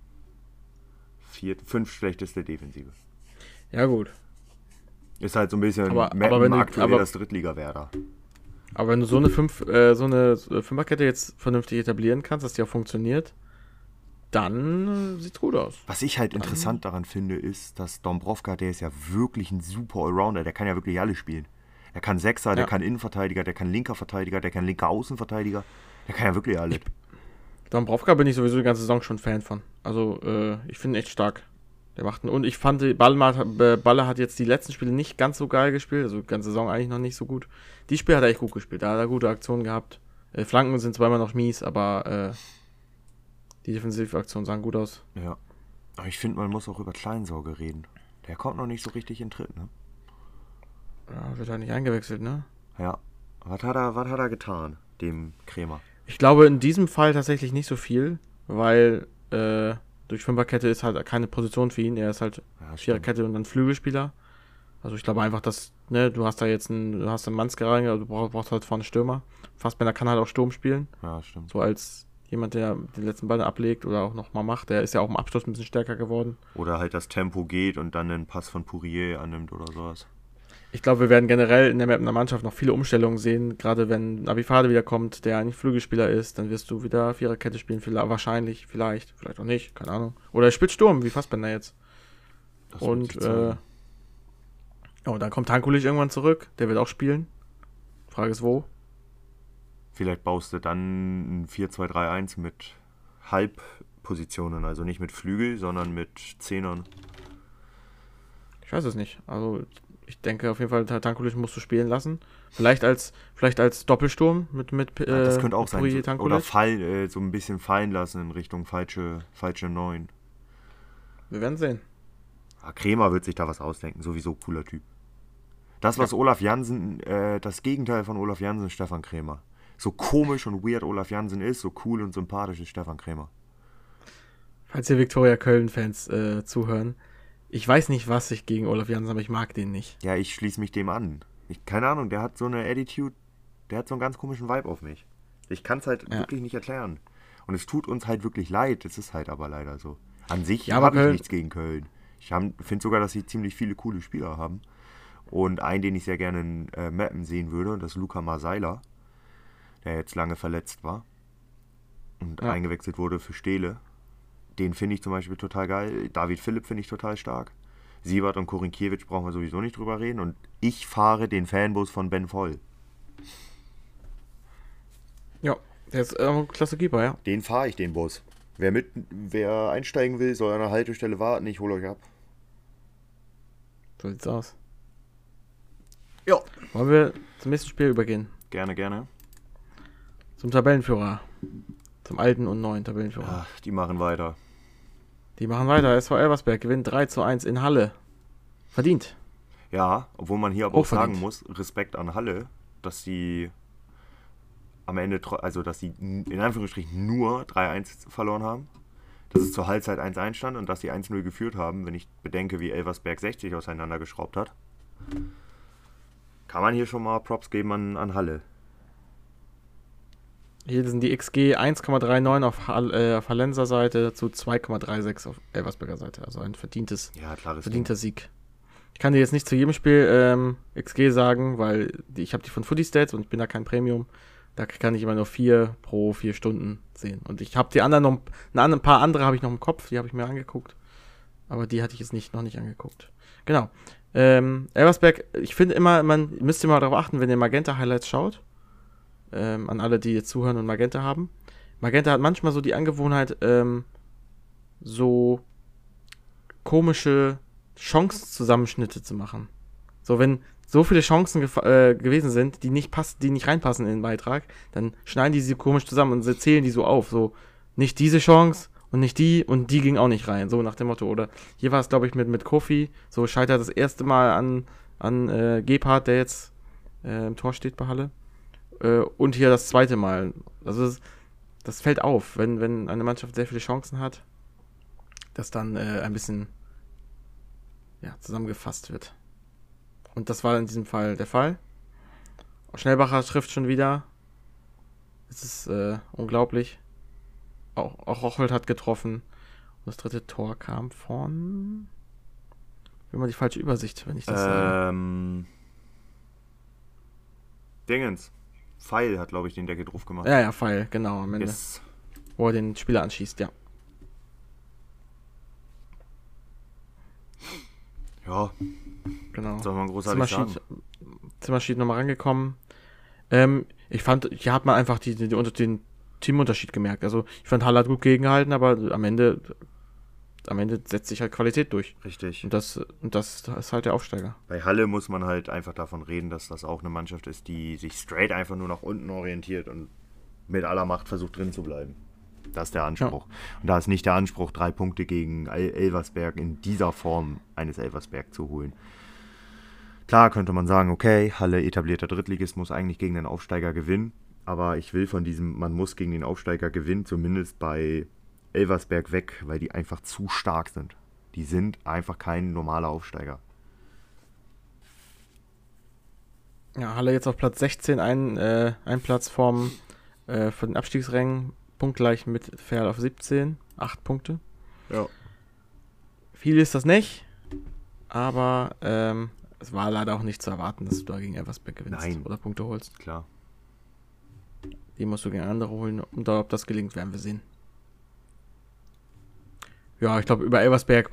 4, 5 schlechteste Defensive. Ja, gut. Ist halt so ein bisschen Meppen aktuell das Drittliga-Werder. Aber wenn du so eine Fünferkette jetzt vernünftig etablieren kannst, dass die auch funktioniert, dann sieht's gut aus. Was ich halt interessant daran finde, ist, dass Dombrovka, der ist ja wirklich ein super Allrounder, der kann ja wirklich alles spielen. Der kann Sechser, der kann Innenverteidiger, der kann linker Verteidiger, der kann linker Außenverteidiger, der kann ja wirklich alles. Dombrovka bin ich sowieso die ganze Saison schon Fan von. Also, ich finde ihn echt stark. Der macht einen, und ich fand, Balle hat jetzt die letzten Spiele nicht ganz so geil gespielt, also die ganze Saison eigentlich noch nicht so gut. Die Spiele hat er echt gut gespielt, da hat er gute Aktionen gehabt. Flanken sind zwar immer noch mies, aber die Defensivaktionen sahen gut aus. Ja. Aber ich finde, man muss auch über Kleinsorge reden. Der kommt noch nicht so richtig in Tritt, ne? Ja, wird halt nicht eingewechselt, ne? Ja. Was hat er getan, dem Krämer? Ich glaube in diesem Fall tatsächlich nicht so viel, weil durch Fünferkette ist halt keine Position für ihn. Er ist halt Viererkette und dann Flügelspieler. Also ich glaube einfach, dass, ne, du hast einen Mannsgerang, also du brauchst halt vorne Stürmer. Fassbender kann halt auch Sturm spielen. Ja, stimmt. So als jemand, der den letzten Ball ablegt oder auch nochmal macht. Der ist ja auch im Abschluss ein bisschen stärker geworden. Oder halt das Tempo geht und dann einen Pass von Pourier annimmt oder sowas. Ich glaube, wir werden generell in der Mannschaft noch viele Umstellungen sehen. Gerade wenn Abifade wieder kommt, der eigentlich Flügelspieler ist, dann wirst du wieder Viererkette spielen. Wahrscheinlich, vielleicht auch nicht, keine Ahnung. Oder er spielt Sturm, wie Fassbender jetzt. Und dann kommt Tankulic irgendwann zurück. Der wird auch spielen. Frage ist, wo? Vielleicht baust du dann ein 4-2-3-1 mit Halbpositionen, also nicht mit Flügel, sondern mit Zehnern. Ich weiß es nicht. Also ich denke auf jeden Fall, Tankulic musst du spielen lassen. Vielleicht als Doppelsturm mit das könnte auch sein. Tankulic. Oder so ein bisschen fallen lassen in Richtung falsche 9. Wir werden sehen. Krämer wird sich da was ausdenken. Sowieso cooler Typ. Das, was Olaf Jansen, das Gegenteil von Olaf Jansen ist Stefan Krämer. So komisch und weird Olaf Jansen ist, so cool und sympathisch ist Stefan Krämer. Falls ihr Viktoria Köln-Fans zuhören, ich weiß nicht, was ich gegen Olaf Jansen, aber ich mag den nicht. Ja, ich schließe mich dem an. Keine Ahnung, der hat so eine Attitude, der hat so einen ganz komischen Vibe auf mich. Ich kann es halt wirklich nicht erklären. Und es tut uns halt wirklich leid, es ist halt aber leider so. An sich habe ich nichts gegen Köln. Ich finde sogar, dass sie ziemlich viele coole Spieler haben. Und einen, den ich sehr gerne in Meppen sehen würde, das ist Luca Marseilla, der jetzt lange verletzt war und eingewechselt wurde für Steele. Den finde ich zum Beispiel total geil. David Philipp finde ich total stark. Siebert und Korinkiewicz brauchen wir sowieso nicht drüber reden. Und ich fahre den Fanbus von Ben voll. Ja, der ist ein klasse Keeper, ja. Den fahre ich, den Bus. Wer einsteigen will, soll an der Haltestelle warten. Ich hole euch ab. So sieht's aus. Ja. Wollen wir zum nächsten Spiel übergehen? Gerne. Zum Tabellenführer. Zum alten und neuen Tabellenführer. Ach, die machen weiter. SV Elversberg gewinnt 3-1 in Halle. Verdient. Ja, obwohl man hier aber auch sagen muss, Respekt an Halle, dass sie am Ende, also dass sie in Anführungsstrichen nur 3-1 verloren haben. Dass es zur Halbzeit 1-1 stand und dass sie 1-0 geführt haben, wenn ich bedenke, wie Elversberg 60 auseinandergeschraubt hat. Kann man hier schon mal Props geben an Halle. Hier sind die XG 1,39 auf Hallenser Seite zu 2,36 auf Elversberger Seite. Also ein verdienter Sieg. Ich kann dir jetzt nicht zu jedem Spiel XG sagen, weil ich habe die von Footy Stats und ich bin da kein Premium. Da kann ich immer nur 4 pro 4 Stunden sehen. Und ich habe die anderen ein paar andere habe ich noch im Kopf, die habe ich mir angeguckt. Aber die hatte ich jetzt noch nicht angeguckt. Genau. Elversberg, ich finde immer, man müsst ihr mal darauf achten, wenn ihr Magenta-Highlights schaut. An alle, die jetzt zuhören und Magenta haben. Magenta hat manchmal so die Angewohnheit, so komische Chancenzusammenschnitte zu machen. So, wenn so viele Chancen gewesen sind, die nicht reinpassen in den Beitrag, dann schneiden die sie komisch zusammen und sie zählen die so auf. So, nicht diese Chance und nicht die und die ging auch nicht rein. So nach dem Motto. Oder hier war es, glaube ich, mit Kofi. So scheitert das erste Mal an Gebhardt, der jetzt im Tor steht bei Halle. Und hier das zweite Mal. Also das fällt auf, wenn eine Mannschaft sehr viele Chancen hat, dass dann ein bisschen zusammengefasst wird. Und das war in diesem Fall der Fall. Schnellbacher trifft schon wieder. Es ist unglaublich. Auch Rocholt hat getroffen. Und das dritte Tor kam von... Immer die falsche Übersicht, wenn ich das sage. Dingens. Pfeil hat, glaube ich, den Deckel drauf gemacht. Ja, Pfeil, genau, am Ende. Yes. Wo er den Spieler anschießt, ja. Ja. Genau. Soll man großartig sagen. Zimmerschied nochmal rangekommen. Ich fand, hier hat man einfach den Teamunterschied gemerkt. Also ich fand Halle hat gut gegengehalten, aber am Ende setzt sich halt Qualität durch. Richtig. Und das ist halt der Aufsteiger. Bei Halle muss man halt einfach davon reden, dass das auch eine Mannschaft ist, die sich straight einfach nur nach unten orientiert und mit aller Macht versucht drin zu bleiben. Das ist der Anspruch. Ja. Und da ist nicht der Anspruch, 3 Punkte gegen Elversberg in dieser Form eines Elversberg zu holen. Klar könnte man sagen, okay, Halle etablierter Drittligist muss eigentlich gegen den Aufsteiger gewinnen, aber ich will von diesem, man muss gegen den Aufsteiger gewinnen, zumindest bei Elversberg weg, weil die einfach zu stark sind. Die sind einfach kein normaler Aufsteiger. Ja, Halle jetzt auf Platz 16, ein Platz von den Abstiegsrängen, punktgleich mit Ferl auf 17, 8 Punkte. Ja. Viel ist das nicht, aber es war leider auch nicht zu erwarten, dass du da gegen Elversberg gewinnst oder Punkte holst. Klar. Die musst du gegen andere holen und ob das gelingt, werden wir sehen. Ja, ich glaube, über Elversberg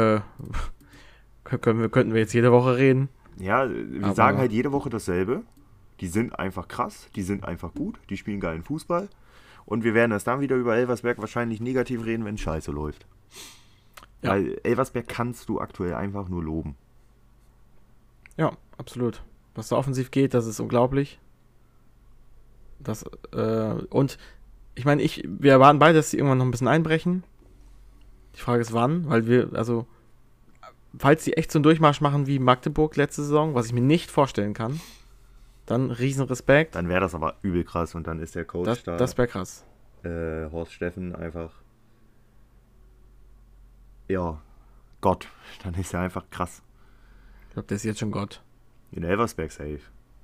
könnten wir jetzt jede Woche reden. Ja, wir sagen halt jede Woche dasselbe. Die sind einfach krass, die sind einfach gut, die spielen geilen Fußball. Und wir werden erst dann wieder über Elversberg wahrscheinlich negativ reden, wenn es scheiße läuft. Ja. Weil Elversberg kannst du aktuell einfach nur loben. Ja, absolut. Was da offensiv geht, das ist unglaublich. Und ich meine, wir erwarten beide, dass sie irgendwann noch ein bisschen einbrechen. Die Frage ist wann, weil falls sie echt so einen Durchmarsch machen wie Magdeburg letzte Saison, was ich mir nicht vorstellen kann, dann riesen Respekt. Dann wäre das aber übel krass und dann ist der Coach da. Das wäre krass. Horst Steffen einfach, ja, Gott. Dann ist er einfach krass. Ich glaube, der ist jetzt schon Gott. In Elversberg safe.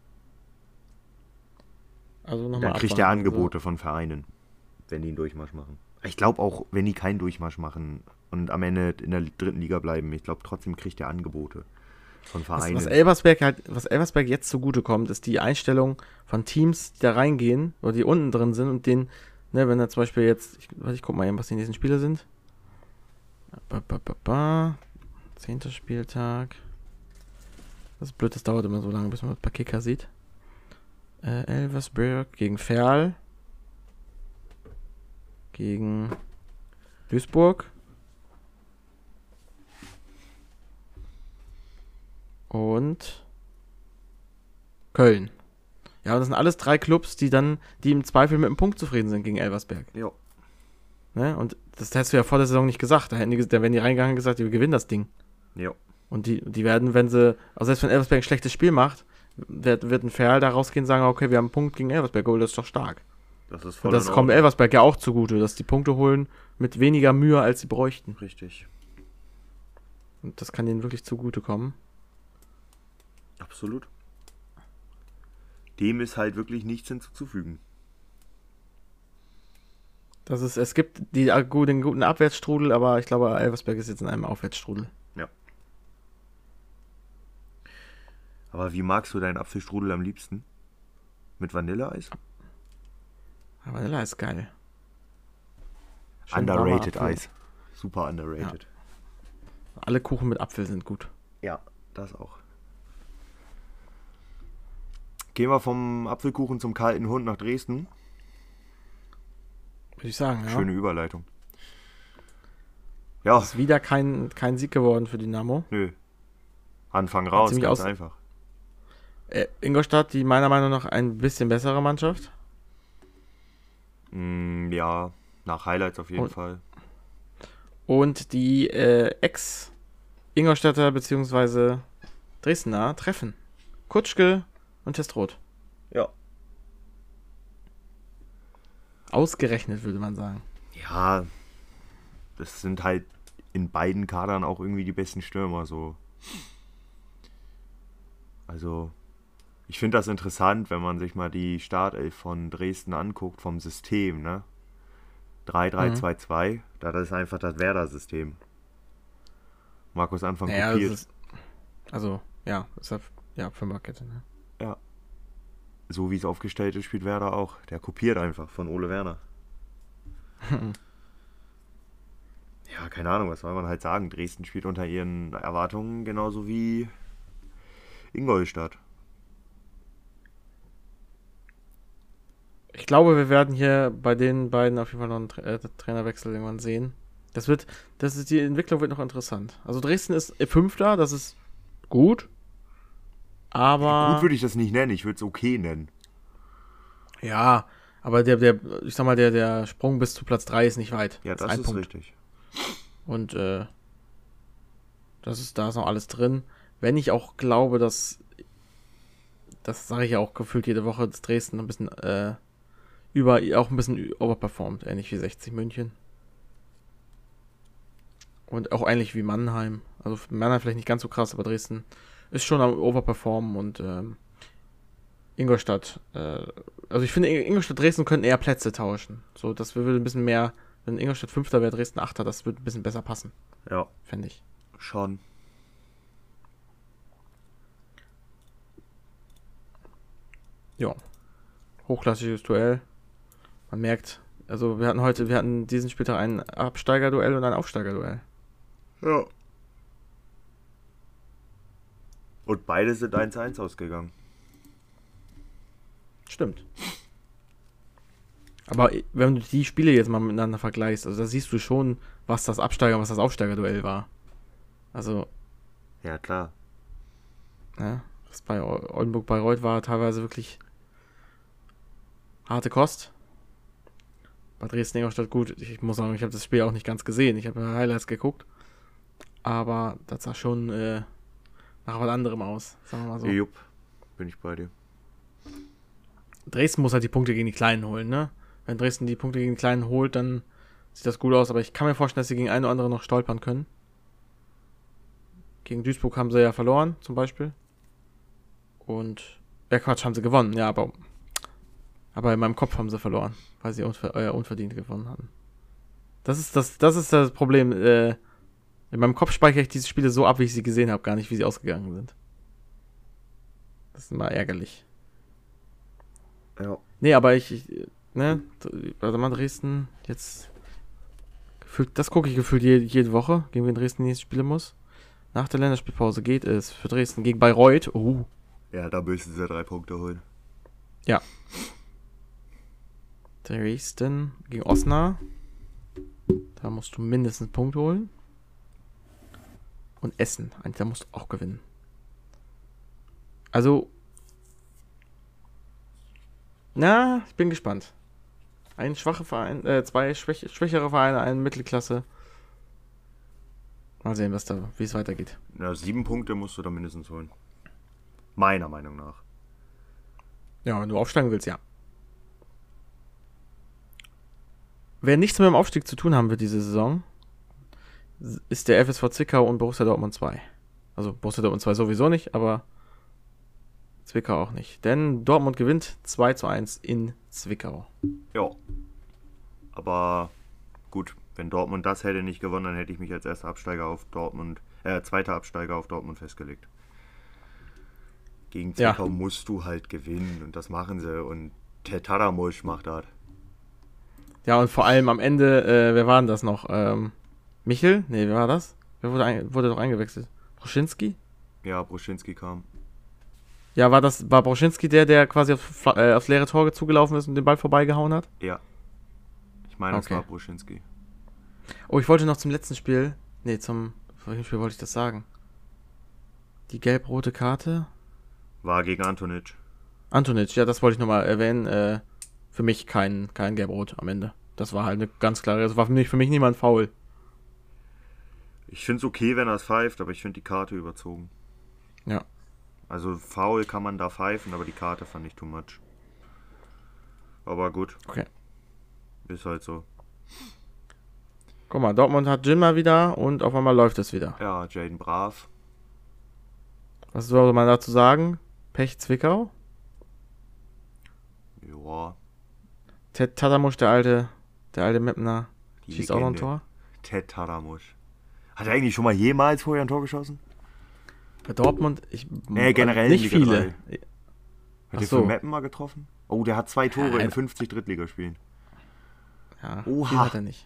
Also nochmal. Dann kriegt er Angebote von Vereinen, wenn die einen Durchmarsch machen. Ich glaube auch, wenn die keinen Durchmarsch machen und am Ende in der 3. Liga bleiben, ich glaube trotzdem kriegt er Angebote von Vereinen. Was Elversberg jetzt zugute kommt, ist die Einstellung von Teams, die da reingehen oder die unten drin sind und denen, ne, wenn da zum Beispiel jetzt, ich guck mal eben, was die nächsten Spiele sind. 10. Spieltag. Das ist blöd, das dauert immer so lange, bis man ein paar Kicker sieht. Elversberg gegen Ferl. Gegen Duisburg. Und Köln. Ja, und das sind alles 3 Clubs, die im Zweifel mit einem Punkt zufrieden sind gegen Elversberg. Ja. Ne? Und das hättest du ja vor der Saison nicht gesagt. Da wären die reingegangen und gesagt, wir gewinnen das Ding. Ja. Und die werden, also selbst wenn Elversberg ein schlechtes Spiel macht, wird ein Ferl da rausgehen und sagen, okay, wir haben einen Punkt gegen Elversberg, das ist doch stark. Und das kommt Elversberg ja auch zugute, dass die Punkte holen mit weniger Mühe, als sie bräuchten. Richtig. Und das kann denen wirklich zugutekommen. Absolut. Dem ist halt wirklich nichts hinzuzufügen. Es gibt den guten Abwärtsstrudel, aber ich glaube, Elversberg ist jetzt in einem Aufwärtsstrudel. Ja. Aber wie magst du deinen Apfelstrudel am liebsten? Mit Vanilleeis? Vanilleeis ist geil. Underrated Eis. Super underrated. Ja. Alle Kuchen mit Apfel sind gut. Ja, das auch. Gehen wir vom Apfelkuchen zum kalten Hund nach Dresden. Würde ich sagen, ja. Schöne Überleitung. Ja. Es ist wieder kein Sieg geworden für Dynamo. Nö. Anfang raus, ganz einfach. Ingolstadt, die meiner Meinung nach ein bisschen bessere Mannschaft. Ja, nach Highlights auf jeden Fall. Und die Ex-Ingolstädter bzw. Dresdner treffen. Kutschke und Testroth. Ja. Ausgerechnet, würde man sagen. Ja, das sind halt in beiden Kadern auch irgendwie die besten Stürmer, so. Also, ich finde das interessant, wenn man sich mal die Startelf von Dresden anguckt, vom System, ne? 3-3-2-2, das ist einfach das Werder-System. Markus Anfang kopiert. Fünferkette, ne? Ja. So wie es aufgestellt ist, spielt Werder auch. Der kopiert einfach von Ole Werner. Ja, keine Ahnung, was soll man halt sagen. Dresden spielt unter ihren Erwartungen genauso wie Ingolstadt. Ich glaube, wir werden hier bei den beiden auf jeden Fall noch einen Trainerwechsel irgendwann sehen. Die Entwicklung wird noch interessant. Also Dresden ist Fünfter, das ist gut, Gut aber würde ich das nicht nennen, ich würde es okay nennen. ja, aber ich sag mal, der Sprung bis zu Platz 3 ist nicht weit. Ja, Das das ein ist Punkt. richtig. Und da ist noch alles drin. Wenn ich auch glaube, das sage ich ja auch gefühlt jede Woche, dass Dresden ein bisschen auch ein bisschen overperformt, ähnlich wie 60 München. Und auch ähnlich wie Mannheim. Also Mannheim vielleicht nicht ganz so krass, aber Dresden ist schon am overperformen und Ingolstadt, also ich finde, Ingolstadt und Dresden könnten eher Plätze tauschen. So, das würde ein bisschen mehr, wenn Ingolstadt Fünfter wäre, Dresden Achter, das würde ein bisschen besser passen, Ja, finde ich. schon. Ja, hochklassiges Duell. Man merkt, also wir hatten diesen Spieltag ein Absteigerduell und ein Aufsteigerduell. Ja. Und beide sind 1-1 ausgegangen. Stimmt. Aber wenn du die Spiele jetzt mal miteinander vergleichst, also da siehst du schon, was das was das Aufsteigerduell war. Also, Ja, klar. ja, was bei Oldenburg-Bayreuth war teilweise wirklich harte Kost. Bei Dresden-Ingolstadt gut. Ich muss sagen, ich habe das Spiel auch nicht ganz gesehen. Ich habe Highlights geguckt. Aber das sah schon nach was anderem aus, sagen wir mal so. Jupp, bin ich bei dir. Dresden muss halt die Punkte gegen die Kleinen holen, ne? Wenn Dresden die Punkte gegen die Kleinen holt, dann sieht das gut aus. Aber ich kann mir vorstellen, dass sie gegen einen oder anderen noch stolpern können. Gegen Duisburg haben sie ja verloren, zum Beispiel. Und, Quatsch, haben sie gewonnen. Ja, aber in meinem Kopf haben sie verloren, weil sie unverdient gewonnen hatten. Das ist das Problem. In meinem Kopf speichere ich diese Spiele so ab, wie ich sie gesehen habe, gar nicht, wie sie ausgegangen sind. Das ist immer ärgerlich. Ja. Nee, aber warte mal, Dresden, jetzt gefühlt, das gucke ich gefühlt jede Woche, gegen wen Dresden nächstes spielen muss. Nach der Länderspielpause geht es für Dresden gegen Bayreuth. Ja, da müssen sie 3 Punkte holen. Ja. Dresden gegen Osnabrück. Da musst du mindestens einen Punkt holen. Und Essen, da musst du auch gewinnen. Also, ich bin gespannt. Ein schwacher Verein, zwei schwächere Vereine, eine Mittelklasse. Mal sehen, wie es weitergeht. Ja, 7 Punkte musst du da mindestens holen. Meiner Meinung nach. Ja, wenn du aufsteigen willst, ja. Wer nichts mehr mit dem Aufstieg zu tun haben wird diese Saison, ist der FSV Zwickau und Borussia Dortmund 2. Also Borussia Dortmund 2 sowieso nicht, aber Zwickau auch nicht. Denn Dortmund gewinnt 2-1 in Zwickau. Ja. Aber gut, wenn Dortmund das hätte nicht gewonnen, dann hätte ich mich als erster Absteiger auf Dortmund, zweiter Absteiger auf Dortmund festgelegt. Gegen Zwickau musst du halt gewinnen und das machen sie und der Tadamusch macht das. Ja, und vor allem am Ende, wer war denn das noch? Michel? Nee, wer war das? Wer wurde doch eingewechselt? Broschinski? Ja, Broschinski kam. Ja, war Broschinski der quasi aufs leere Tor zugelaufen ist und den Ball vorbeigehauen hat? Ja. Ich meine, es war Broschinski. Oh, ich wollte noch zum letzten Spiel. Nee, zum welchem Spiel wollte ich das sagen? Die gelb-rote Karte? War gegen Antonic. Antonic, ja, das wollte ich nochmal erwähnen. Für mich kein gelb-rot am Ende. Das war halt eine ganz klare, das war für mich niemand faul. Ich finde es okay, wenn er es pfeift, aber ich finde die Karte überzogen. Ja. Also faul kann man da pfeifen, aber die Karte fand ich too much. Aber gut. Okay. Ist halt so. Guck mal, Dortmund hat Jin mal wieder und auf einmal läuft es wieder. Ja, Jaden Brav. Was soll man dazu sagen? Pech Zwickau? Ja. Ted Tadamusch, der alte Mepner, schießt auch noch ein Tor. Ted Tadamusch. Hat er eigentlich schon mal jemals vorher ein Tor geschossen? Bei Dortmund, generell nicht viele. Hat er für Meppen mal getroffen? Oh, der hat 2 Tore in 50 Drittligaspielen. Ja, Oha. viel hat er nicht.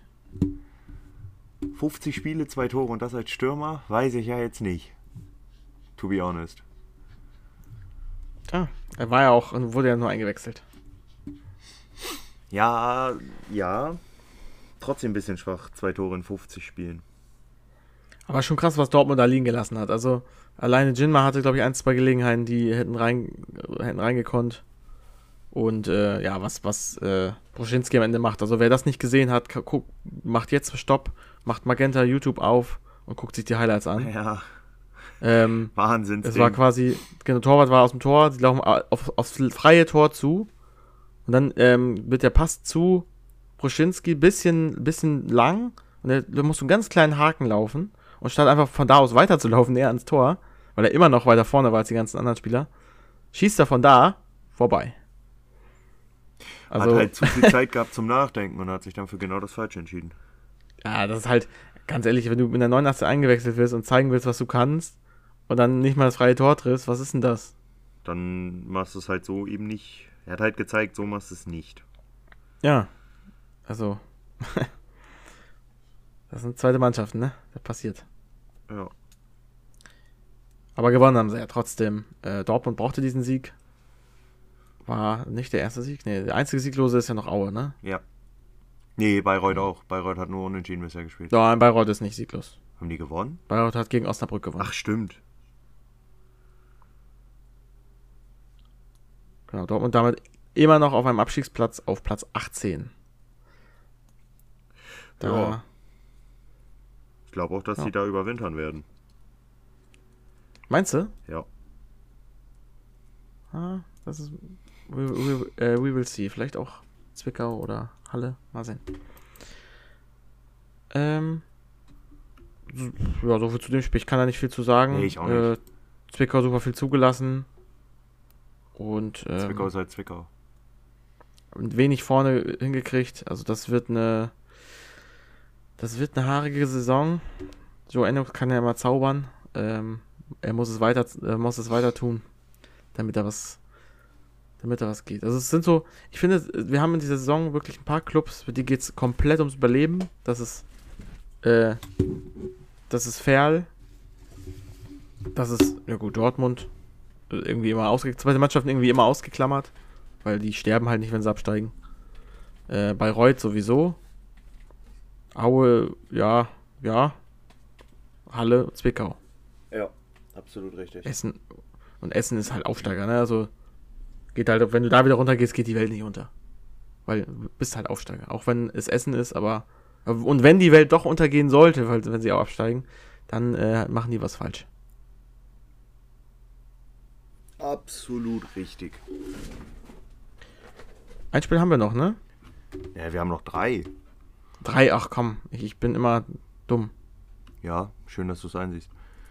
50 Spiele, 2 Tore und das als Stürmer? Weiß ich ja jetzt nicht. To be honest. Ja, er war ja auch, wurde ja nur eingewechselt. Ja, ja. Trotzdem ein bisschen schwach, 2 Tore in 50 Spielen. Aber schon krass, was Dortmund da liegen gelassen hat. Also alleine Jinma hatte, glaube ich, 1, 2 Gelegenheiten, die hätten reingekonnt. Und ja, was Broschinski am Ende macht. Also wer das nicht gesehen hat, macht jetzt Stopp, macht Magenta YouTube auf und guckt sich die Highlights an. Ja, Wahnsinn. Es war quasi, genau, Torwart war aus dem Tor, die laufen aufs freie Tor zu. Und dann wird der Pass zu Broschinski bisschen lang. Und der muss einen ganz kleinen Haken laufen. Und statt einfach von da aus weiterzulaufen, näher ans Tor, weil er immer noch weiter vorne war als die ganzen anderen Spieler, schießt er von da vorbei. Also, hat halt zu viel Zeit gehabt zum Nachdenken und hat sich dann für genau das Falsche entschieden. Ja, das ist halt, ganz ehrlich, wenn du in der 89 eingewechselt wirst und zeigen willst, was du kannst und dann nicht mal das freie Tor triffst, was ist denn das? Dann machst du es halt so eben nicht. Er hat halt gezeigt, so machst du es nicht. Ja, also das sind zweite Mannschaften, ne? Das passiert. Ja. Aber gewonnen haben sie ja trotzdem. Dortmund brauchte diesen Sieg. War nicht der erste Sieg? Ne, der einzige Sieglose ist ja noch Aue, ne? Ja. Nee, Bayreuth auch. Bayreuth hat nur unentschieden bisher gespielt. Ja, Bayreuth ist nicht sieglos. Haben die gewonnen? Bayreuth hat gegen Osnabrück gewonnen. Ach, stimmt. Genau, Dortmund damit immer noch auf einem Abstiegsplatz auf Platz 18. Ja. Ich glaube auch, dass sie da überwintern werden. Meinst du? Ja. Das ist... We will see. Vielleicht auch Zwickau oder Halle. Mal sehen. Ja, so viel zu dem Spiel. Ich kann da nicht viel zu sagen. Nee, ich auch nicht. Zwickau super viel zugelassen. Und Zwickau ist halt Zwickau. Wenig vorne hingekriegt. Also das wird eine haarige Saison. Joe Enno kann ja immer zaubern. Er muss es weiter tun, damit er was geht. Also es sind so, ich finde, wir haben in dieser Saison wirklich ein paar Clubs, für die geht es komplett ums Überleben. Das ist Ferl. Das ist, ja gut, Dortmund. Irgendwie immer zweite Mannschaften irgendwie immer ausgeklammert, weil die sterben halt nicht, wenn sie absteigen. Bayreuth sowieso. Aue, ja. Halle, Zwickau. Ja, absolut richtig. Essen ist halt Aufsteiger, ne? Also geht halt, wenn du da wieder runtergehst, geht die Welt nicht unter. Weil du bist halt Aufsteiger. Auch wenn es Essen ist, aber und wenn die Welt doch untergehen sollte, weil wenn sie auch absteigen, dann machen die was falsch. Absolut richtig. Ein Spiel haben wir noch, ne? Ja, wir haben noch 3. 3, ach komm, ich bin immer dumm. Ja, schön, dass du es einsiehst.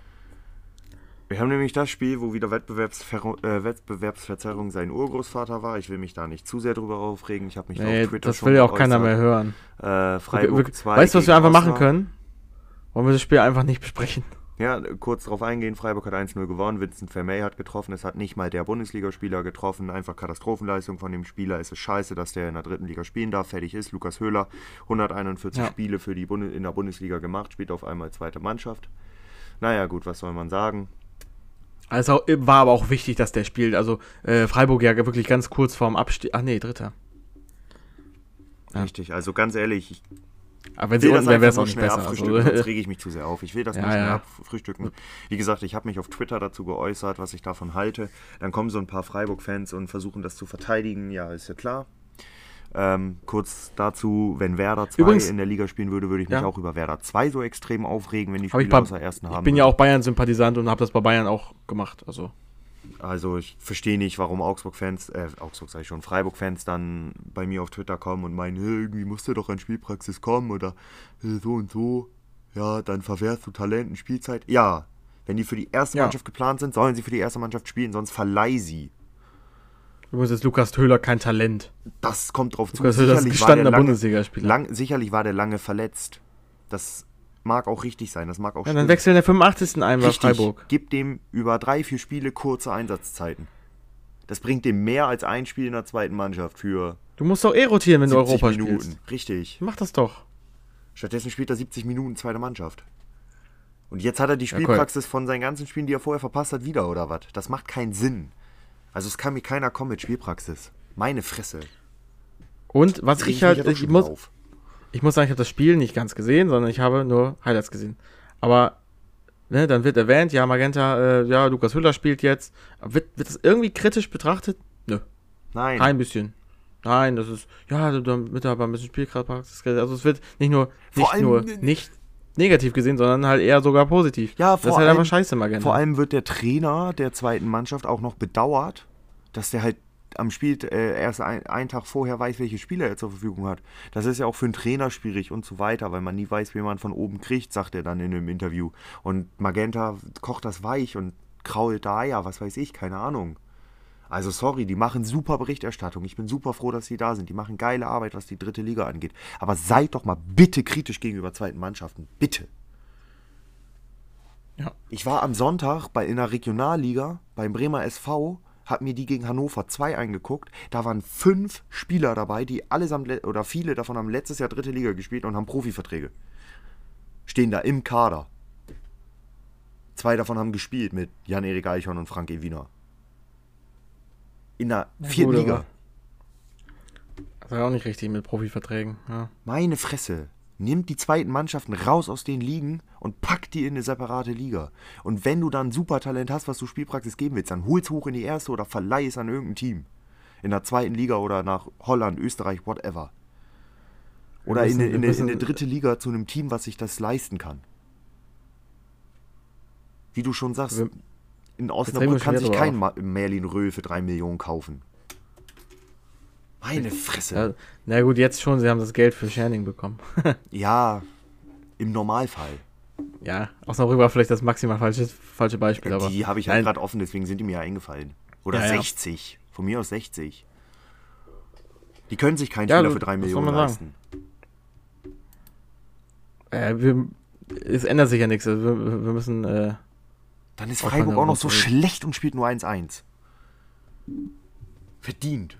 Wir haben nämlich das Spiel, wo wieder Wettbewerbsverzerrung sein Urgroßvater war. Ich will mich da nicht zu sehr drüber aufregen. Ich habe mich da auf Twitter das will ja auch keiner mehr hören. Freiburg 2. Weißt du, was wir einfach machen können? Wollen wir das Spiel einfach nicht besprechen? Ja, kurz drauf eingehen. Freiburg hat 1-0 gewonnen. Vincent Vermey hat getroffen. Es hat nicht mal der Bundesligaspieler getroffen. Einfach Katastrophenleistung von dem Spieler. Es ist scheiße, dass der in der 3. Liga spielen darf. Fertig ist. Lukas Höhler, 141 Spiele für die in der Bundesliga gemacht. Spielt auf einmal zweite Mannschaft. Naja, gut, was soll man sagen? Also war aber auch wichtig, dass der spielt. Also Freiburg ja wirklich ganz kurz vorm Abstieg. Ach nee, Dritter. Ja. Richtig, also ganz ehrlich, aber wenn sie unten wären, wäre es auch nicht besser. Also, sonst rege ich mich zu sehr auf. Ich will das nicht schnell abfrühstücken. Wie gesagt, ich habe mich auf Twitter dazu geäußert, was ich davon halte. Dann kommen so ein paar Freiburg-Fans und versuchen das zu verteidigen. Ja, ist ja klar. Kurz dazu, wenn Werder 2 übrigens, in der Liga spielen würde, würde ich mich auch über Werder 2 so extrem aufregen, wenn die Spieler aus der ersten haben. Ich bin ja auch Bayern-Sympathisant und habe das bei Bayern auch gemacht. Also ich verstehe nicht, warum Freiburg-Fans dann bei mir auf Twitter kommen und meinen, irgendwie muss der doch an Spielpraxis kommen oder so und so. Ja, dann verwehrst du Talent und Spielzeit. Ja, wenn die für die erste Mannschaft geplant sind, sollen sie für die erste Mannschaft spielen, sonst verleih sie. Übrigens ist Lukas Höhler kein Talent. Das kommt drauf zu. Lukas Höhler ist ein gestandener Bundesligaspieler. Sicherlich war der lange verletzt. Das mag auch richtig sein, das mag auch stimmen. Dann wechseln in der 85. ein bei Freiburg. Gib dem über 3-4 Spiele kurze Einsatzzeiten. Das bringt dem mehr als ein Spiel in der zweiten Mannschaft für. Du musst doch rotieren, wenn du Europa Minuten. Spielst. Richtig. Mach das doch. Stattdessen spielt er 70 Minuten zweite Mannschaft. Und jetzt hat er die Spielpraxis von seinen ganzen Spielen, die er vorher verpasst hat, wieder, oder was? Das macht keinen Sinn. Also es kann mir keiner kommen mit Spielpraxis. Meine Fresse. Und was Reg ich mich halt, ja doch schon wieder auf. ich muss sagen, ich habe das Spiel nicht ganz gesehen, sondern ich habe nur Highlights gesehen. Aber, ne, dann wird erwähnt, ja, Magenta, ja, Lukas Hüller spielt jetzt. Aber wird das irgendwie kritisch betrachtet? Nö, Nein. kein bisschen. Nein, das ist, ja, damit er aber ein bisschen Spielpraxis. Also es wird Vor allem, nicht negativ gesehen, sondern halt eher sogar positiv. ja, Das ist halt einfach scheiße, Magenta. Vor allem wird der Trainer der zweiten Mannschaft auch noch bedauert, dass der halt am Spiel erst einen Tag vorher weiß, welche Spieler er zur Verfügung hat. Das ist ja auch für einen Trainer schwierig und so weiter, weil man nie weiß, wie man von oben kriegt, sagt er dann in einem Interview. Und Magenta kocht das weich und krault da Eier, was weiß ich, keine Ahnung. Also sorry, die machen super Berichterstattung. Ich bin super froh, dass sie da sind. Die machen geile Arbeit, was die dritte Liga angeht. Aber seid doch mal bitte kritisch gegenüber zweiten Mannschaften. Bitte. Ja. Ich war am Sonntag in der Regionalliga beim Bremer SV, hab mir die gegen Hannover 2 angeguckt. Da waren 5 Spieler dabei, die allesamt oder viele davon haben letztes Jahr dritte Liga gespielt und haben Profiverträge. Stehen da im Kader. 2 davon haben gespielt mit Jan-Erik Eichhorn und Frank Ewiner. In der 4. Liga. Das ist ja auch nicht richtig mit Profiverträgen. Ja. Meine Fresse. Nimmt die zweiten Mannschaften raus aus den Ligen und packt die in eine separate Liga. Und wenn du dann Supertalent hast, was du Spielpraxis geben willst, dann hol's hoch in die erste oder verleih es an irgendein Team. In der zweiten Liga oder nach Holland, Österreich, whatever. Oder in eine dritte Liga zu einem Team, was sich das leisten kann. Wie du schon sagst, in Osnabrück kann sich kein Merlin Röhl für 3 Millionen kaufen. Meine Fresse. Ja, na gut, jetzt schon, sie haben das Geld für Scherning bekommen. Ja, im Normalfall. Ja, Osnabrück war vielleicht das maximal falsche Beispiel. Aber die habe ich halt gerade offen, deswegen sind die mir ja eingefallen. Oder ja, 60. Von mir aus 60. Die können sich keinen Spieler für 3 Millionen leisten. Es ändert sich ja nichts. Also wir müssen. Dann ist Freiburg auch noch so schlecht und spielt nur 1-1. Verdient.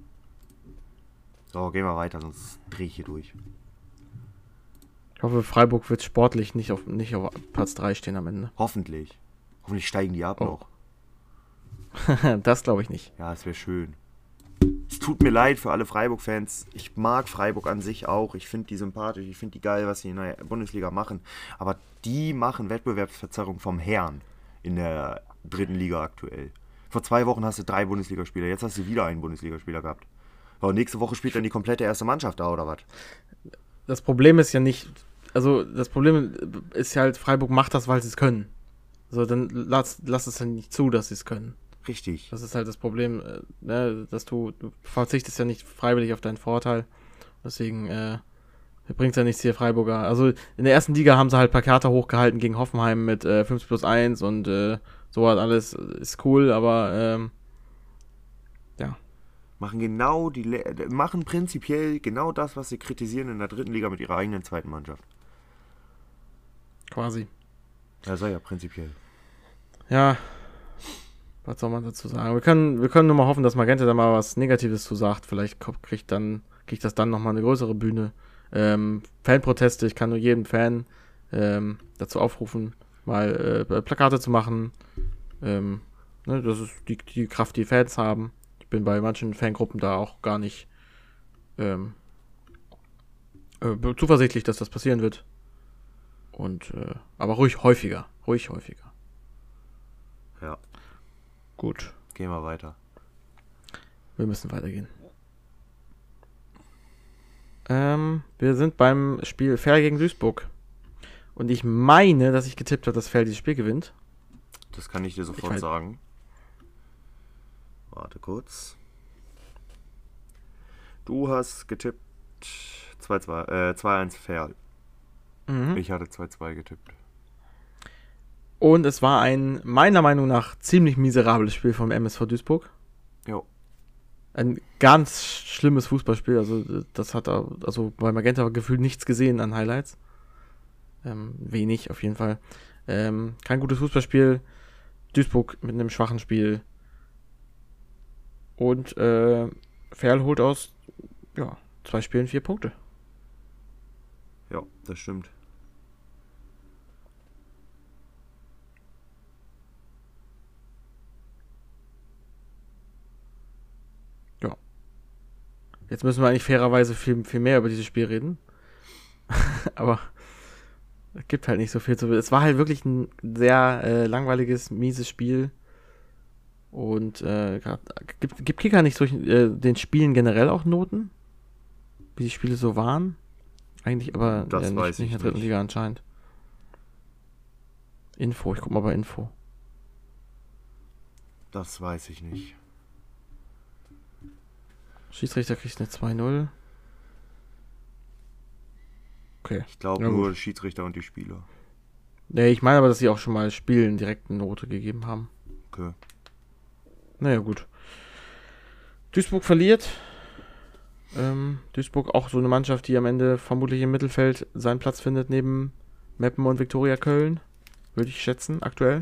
So, gehen wir weiter, sonst drehe ich hier durch. Ich hoffe, Freiburg wird sportlich nicht auf Platz 3 stehen am Ende. Hoffentlich. Hoffentlich steigen die ab noch. Das glaube ich nicht. Ja, es wäre schön. Es tut mir leid für alle Freiburg-Fans. Ich mag Freiburg an sich auch. Ich finde die sympathisch. Ich finde die geil, was sie in der Bundesliga machen. Aber die machen Wettbewerbsverzerrung vom Herrn in der dritten Liga aktuell. Vor 2 Wochen hast du 3 Bundesligaspieler. Jetzt hast du wieder einen Bundesligaspieler gehabt. Und nächste Woche spielt dann die komplette erste Mannschaft da, oder was? Das Problem ist ja nicht, also das Problem ist ja halt, Freiburg macht das, weil sie es können. So, dann lass es ja nicht zu, dass sie es können. Richtig. Das ist halt das Problem, ne, dass du verzichtest ja nicht freiwillig auf deinen Vorteil. Deswegen bringt es ja nichts hier, Freiburger. Also in der ersten Liga haben sie halt Plakate hochgehalten gegen Hoffenheim mit 5+1 und so hat alles, ist cool, aber ja. Machen prinzipiell genau das, was sie kritisieren in der dritten Liga mit ihrer eigenen zweiten Mannschaft. Quasi. Ja, sei ja prinzipiell. Ja, was soll man dazu sagen? Wir können nur mal hoffen, dass Magenta da mal was Negatives zu sagt. Vielleicht kriegt das dann nochmal eine größere Bühne. Fanproteste, ich kann nur jedem Fan dazu aufrufen, mal Plakate zu machen. Ne, das ist die Kraft, die Fans haben. Ich bin bei manchen Fangruppen da auch gar nicht zuversichtlich, dass das passieren wird. Und aber ruhig häufiger. Ja. Gut. Gehen wir weiter. Wir müssen weitergehen. Wir sind beim Spiel Ferl gegen Duisburg. Und ich meine, dass ich getippt habe, dass Ferl dieses Spiel gewinnt. Das kann ich dir sofort sagen. Warte kurz. Du hast getippt 2-1 Ferl. Mhm. Ich hatte 2-2 getippt. Und es war ein, meiner Meinung nach, ziemlich miserables Spiel vom MSV Duisburg. Jo. Ein ganz schlimmes Fußballspiel. Also bei Magenta gefühlt nichts gesehen an Highlights. Wenig auf jeden Fall. Kein gutes Fußballspiel. Duisburg mit einem schwachen Spiel. Und Ferl holt aus 2 Spielen 4 Punkte. Ja, das stimmt. Jetzt müssen wir eigentlich fairerweise viel, viel mehr über dieses Spiel reden. Aber es gibt halt nicht so viel zu. Es war halt wirklich ein sehr langweiliges, mieses Spiel. Und gibt Kicker nicht den Spielen generell auch Noten? Wie die Spiele so waren? Eigentlich aber Das weiß nicht in ich der dritten nicht. Liga anscheinend. Info, ich guck mal bei Info. Das weiß ich nicht. Schiedsrichter kriegt eine 2-0. Okay. Ich glaube Ja, gut. nur Schiedsrichter und die Spieler. Nee, ich meine aber, dass sie auch schon mal Spielen direkt eine Note gegeben haben. Okay. Naja, gut. Duisburg verliert. Duisburg auch so eine Mannschaft, die am Ende vermutlich im Mittelfeld seinen Platz findet neben Meppen und Viktoria Köln. Würde ich schätzen, aktuell.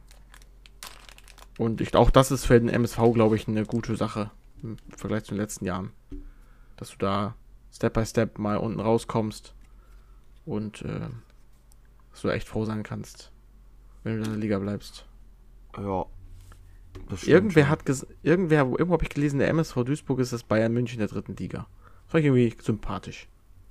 Und auch das ist für den MSV, glaube ich, eine gute Sache im Vergleich zu den letzten Jahren. Dass du da Step by Step mal unten rauskommst und dass du echt froh sein kannst, wenn du in der Liga bleibst. Ja. Das stimmt schon. Irgendwo habe ich gelesen, der MSV Duisburg ist das Bayern München der dritten Liga. Das fand ich irgendwie sympathisch.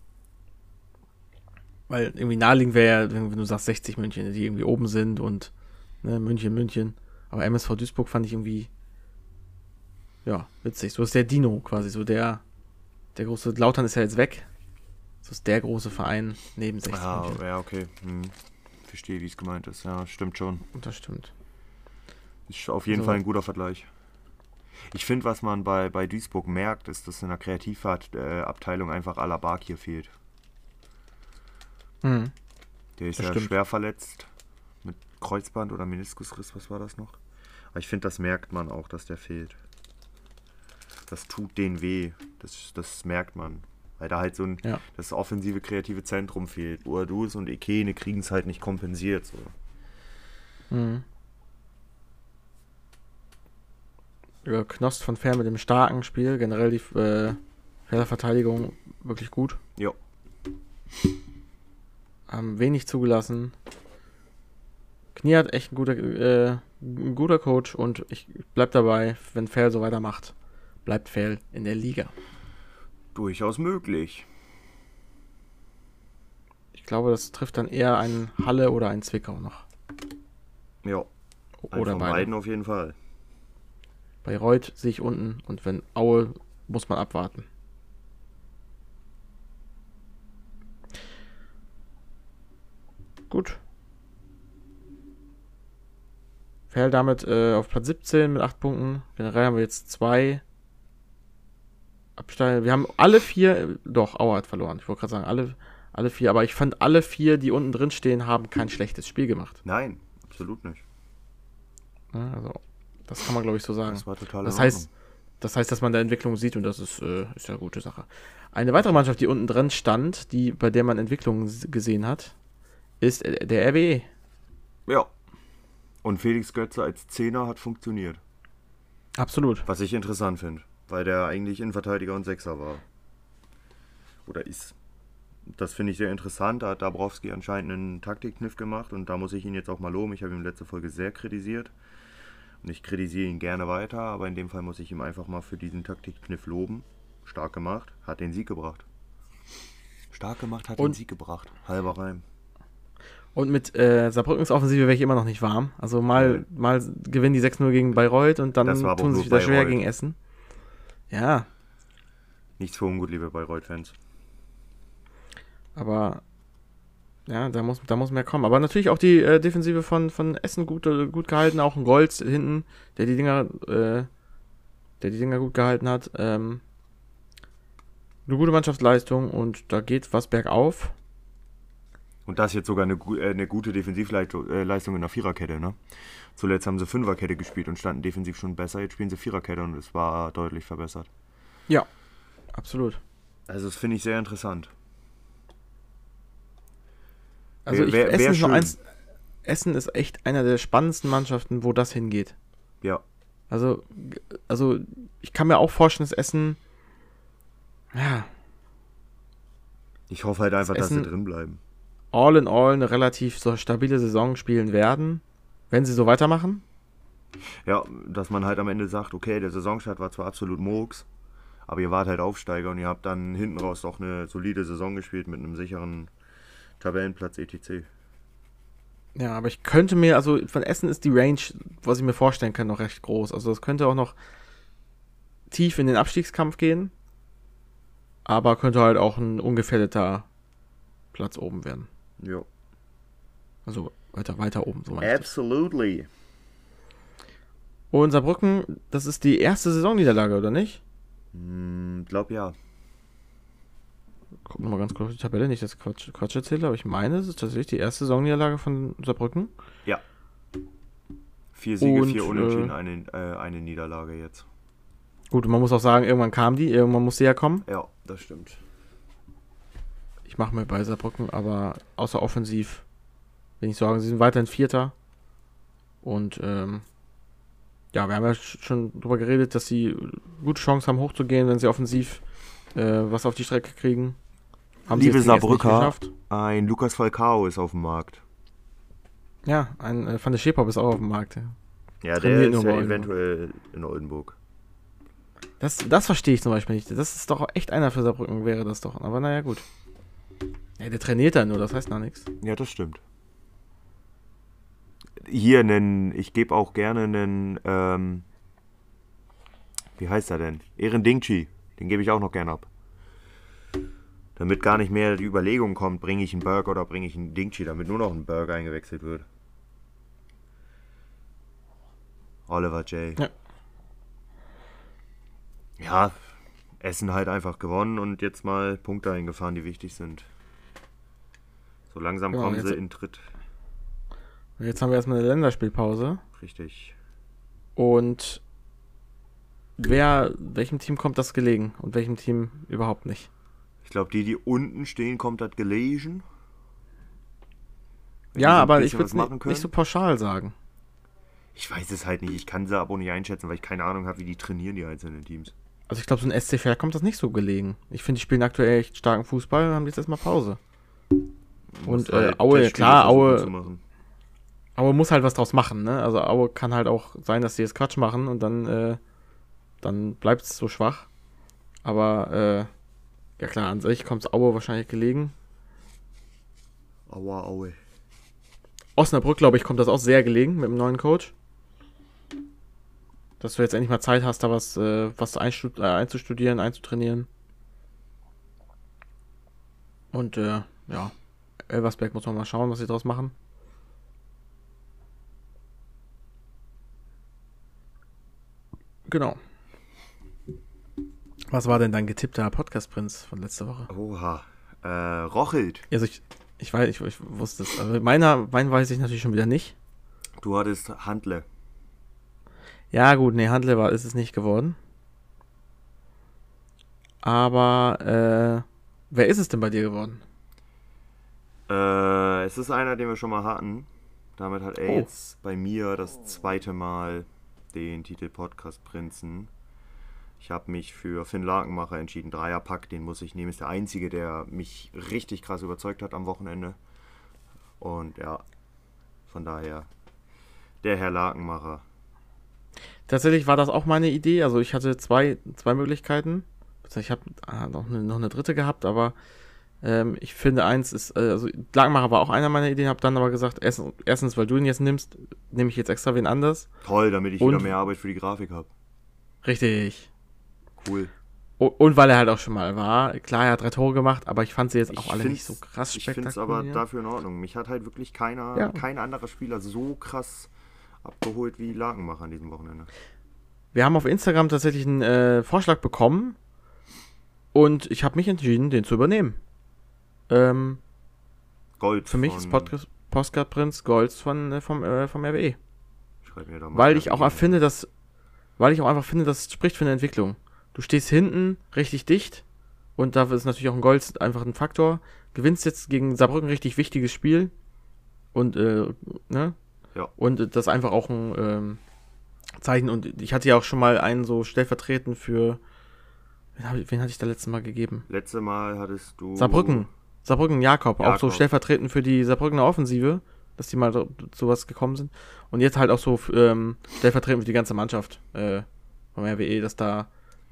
Weil irgendwie naheliegend wäre ja, wenn du sagst 60 München, die irgendwie oben sind und ne, München. Aber MSV Duisburg fand ich irgendwie ja, witzig. So ist der Dino quasi, so der große, Lautern ist ja jetzt weg. So ist der große Verein neben 60 München. Ja, okay. Verstehe, wie es gemeint ist. Ja, stimmt schon. Und das stimmt. Ist auf jeden Fall ein guter Vergleich. Ich finde, was man bei Duisburg merkt, ist, dass in der Kreativabteilung einfach Alabak hier fehlt. Mhm. Der ist Das ja stimmt. schwer verletzt. Mit Kreuzband oder Meniskusriss, was war das noch? Aber ich finde, das merkt man auch, dass der fehlt. Das tut denen weh. Das merkt man. Weil da halt so das offensive, kreative Zentrum fehlt. Boadus und Ekene kriegen es halt nicht kompensiert. So. Mhm. Ja, Knost von Fern mit dem starken Spiel. Generell die Verteidigung wirklich gut. Ja. Haben wenig zugelassen. Knie hat echt ein guter Coach und ich bleib dabei, wenn Ferl so weitermacht, bleibt Ferl in der Liga. Durchaus möglich. Ich glaube, das trifft dann eher einen Halle oder einen Zwickau noch. Ja. Oder von beide. beiden auf jeden Fall. Bei Reut sehe ich unten und wenn Aue, muss man abwarten. Gut. Ferl damit auf Platz 17 mit 8 Punkten. Generell haben wir jetzt 2 Absteiger. Wir haben alle 4, doch, Aue hat verloren. Ich wollte gerade sagen, alle 4, aber ich fand alle 4, die unten drin stehen, haben kein schlechtes Spiel gemacht. Nein, absolut nicht. Ja, also, das kann man, glaube ich, so sagen. Das war total Das in Ordnung. heißt, dass man da Entwicklung sieht und das ist ja eine gute Sache. Eine weitere Mannschaft, die unten drin stand, bei der man Entwicklung gesehen hat, ist der RWE. Ja. Und Felix Götze als Zehner hat funktioniert. Absolut. Was ich interessant finde, weil der eigentlich Innenverteidiger und Sechser war. Oder ist. Das finde ich sehr interessant. Da hat Dabrowski anscheinend einen Taktikkniff gemacht und da muss ich ihn jetzt auch mal loben. Ich habe ihn letzte Folge sehr kritisiert. Und ich kritisiere ihn gerne weiter, aber in dem Fall muss ich ihm einfach mal für diesen Taktikkniff loben. Stark gemacht, hat den Sieg gebracht. Stark gemacht, hat den Sieg gebracht. Halber Reim. Und mit Saarbrückens Offensive wäre ich immer noch nicht warm. Also mal gewinnen die 6-0 gegen Bayreuth und dann Das war aber tun auch sie sich nur wieder schwer Bayreuth. gegen Essen. Ja, Nichts für ungut, liebe Bayreuth-Fans. aber ja, da muss mehr kommen. Aber natürlich auch die Defensive von Essen gut gehalten. Auch ein Golz hinten, der die Dinger gut gehalten hat. Eine gute Mannschaftsleistung und da geht was bergauf. Und das jetzt sogar eine gute Defensivleistung in der Viererkette, ne? Zuletzt haben sie Fünferkette gespielt und standen defensiv schon besser. Jetzt spielen sie Viererkette und es war deutlich verbessert. Ja, absolut. Also das finde ich sehr interessant. Also Wär Essen ist noch schön. Essen ist echt einer der spannendsten Mannschaften, wo das hingeht. Ja. Also ich kann mir auch vorstellen, dass Essen, ja, Ich hoffe halt einfach, dass sie Essen- drin bleiben. all in all eine relativ so stabile Saison spielen werden, wenn sie so weitermachen. Ja, dass man halt am Ende sagt, okay, der Saisonstart war zwar absolut Murks, Aber ihr wart halt Aufsteiger und ihr habt dann hinten raus auch eine solide Saison gespielt mit einem sicheren Tabellenplatz etc. Ja, aber ich könnte mir, also von Essen ist die Range, was ich mir vorstellen kann, noch recht groß. Also das könnte auch noch tief in den Abstiegskampf gehen, aber könnte halt auch ein ungefährdeter Platz oben werden. Ja. Also weiter oben, so meine ich das. Absolutely. Und Saarbrücken, das ist die erste Saisonniederlage, oder nicht? Glaub ja. Guck nochmal ganz kurz auf die Tabelle, nicht, dass ich Quatsch erzähle, aber ich meine, es ist tatsächlich die erste Saisonniederlage von Saarbrücken. Ja. 4 Siege, Und, 4 Unentschieden, eine Niederlage jetzt. Gut, man muss auch sagen, irgendwann muss sie ja kommen. Ja, das stimmt. Ich mache mir bei Saarbrücken, aber außer offensiv, will ich sagen, sie sind weiterhin Vierter. Und ja, wir haben ja schon drüber geredet, dass sie gute Chancen haben, hochzugehen, wenn sie offensiv was auf die Strecke kriegen. Haben Liebe sie jetzt nicht Saarbrücker, geschafft. ein Lucas Falcao ist auf dem Markt. Ja, ein Van der Schepop ist auch auf dem Markt. Ja. Ja, der Trainiert ist nur ja bei eventuell in Oldenburg. Das verstehe ich zum Beispiel nicht. Das ist doch echt einer für Saarbrücken, wäre das doch. Aber naja, gut. Ja, der trainiert da nur, das heißt noch nichts. Ja, das stimmt. Ich gebe auch gerne einen, wie heißt er denn? Ehren Dingchi. Den gebe ich auch noch gerne ab. Damit gar nicht mehr die Überlegung kommt, bringe ich einen Burger oder bringe ich einen Dingchi, damit nur noch ein Burger eingewechselt wird. Oliver J. Ja. Ja, Essen halt einfach gewonnen und jetzt mal Punkte eingefahren, die wichtig sind. So langsam Ja, kommen jetzt- sie in Tritt. Jetzt haben wir erstmal eine Länderspielpause. Richtig. Und welchem Team kommt das gelegen und welchem Team überhaupt nicht? Ich glaube, die unten stehen, kommt das gelegen. Wenn die Ja, so ein aber bisschen ich würde was es machen nicht können. so pauschal sagen. Ich weiß es halt nicht. Ich kann sie aber auch nicht einschätzen, weil ich keine Ahnung habe, wie die trainieren, die einzelnen Teams. Also ich glaube, so ein SC Verl kommt das nicht so gelegen. Ich finde, die spielen aktuell echt starken Fußball und haben jetzt erstmal Pause. Muss Und halt Aue, Testspiele klar, versuchen Aue- zu machen. Aue muss halt was draus machen, ne? Also Aue kann halt auch sein, dass die jetzt Quatsch machen und dann bleibt es so schwach. Aber ja klar, an sich kommt es Aue wahrscheinlich gelegen. Aua, Aue. Osnabrück, glaube ich, kommt das auch sehr gelegen mit dem neuen Coach. Dass du jetzt endlich mal Zeit hast, da was einzustudieren, einzutrainieren. Und ja, Elversberg muss man mal schauen, was sie draus machen. Genau. Was war denn dein getippter Podcast-Prinz von letzter Woche? Oha. Rochelt. Also ich weiß, ich wusste es. Also meinen weiß ich natürlich schon wieder nicht. Du hattest Handle. Ja gut, nee, Handle ist es nicht geworden. Aber wer ist es denn bei dir geworden? Es ist einer, den wir schon mal hatten. Damit hat er Oh. jetzt bei mir das zweite Mal den Titel Podcast Prinzen. Ich habe mich für Finn Lakenmacher entschieden. Dreierpack, den muss ich nehmen. Ist der einzige, der mich richtig krass überzeugt hat am Wochenende. Und ja, von daher der Herr Lakenmacher. Tatsächlich war das auch meine Idee. Also ich hatte zwei Möglichkeiten. Ich habe noch eine dritte gehabt, aber ich finde, eins ist, also Lakenmacher war auch einer meiner Ideen, habe dann aber gesagt, erstens, weil du ihn jetzt nimmst, nehme ich jetzt extra wen anders. Toll, damit ich Und- wieder mehr Arbeit für die Grafik habe. Richtig. Cool. Und weil er halt auch schon mal war. Klar, er hat 3 Tore gemacht, aber ich fand sie jetzt auch alle nicht so krass Ich finde es spektakulär. aber dafür in Ordnung. Mich hat halt wirklich kein anderer Spieler so krass abgeholt wie Lakenmacher an diesem Wochenende. Wir haben auf Instagram tatsächlich einen Vorschlag bekommen und ich habe mich entschieden, den zu übernehmen. Gold Für mich von- ist Podcast Prinz Golds vom RWE. Schreib mir da mal Weil eine ich auch E-Mail. einfach finde, das spricht für eine Entwicklung. Du stehst hinten richtig dicht und da ist natürlich auch ein Gold einfach ein Faktor. Gewinnst jetzt gegen Saarbrücken ein richtig wichtiges Spiel und ne? Ja. Und das ist einfach auch ein Zeichen. Und ich hatte ja auch schon mal einen so stellvertretend für wen hatte ich da letztes Mal gegeben? Letzte Mal hattest du... Saarbrücken, Jakob, auch so Jakob. stellvertretend für die Saarbrückener Offensive, dass die mal zu was gekommen sind. Und jetzt halt auch so stellvertretend für die ganze Mannschaft vom RWE, dass da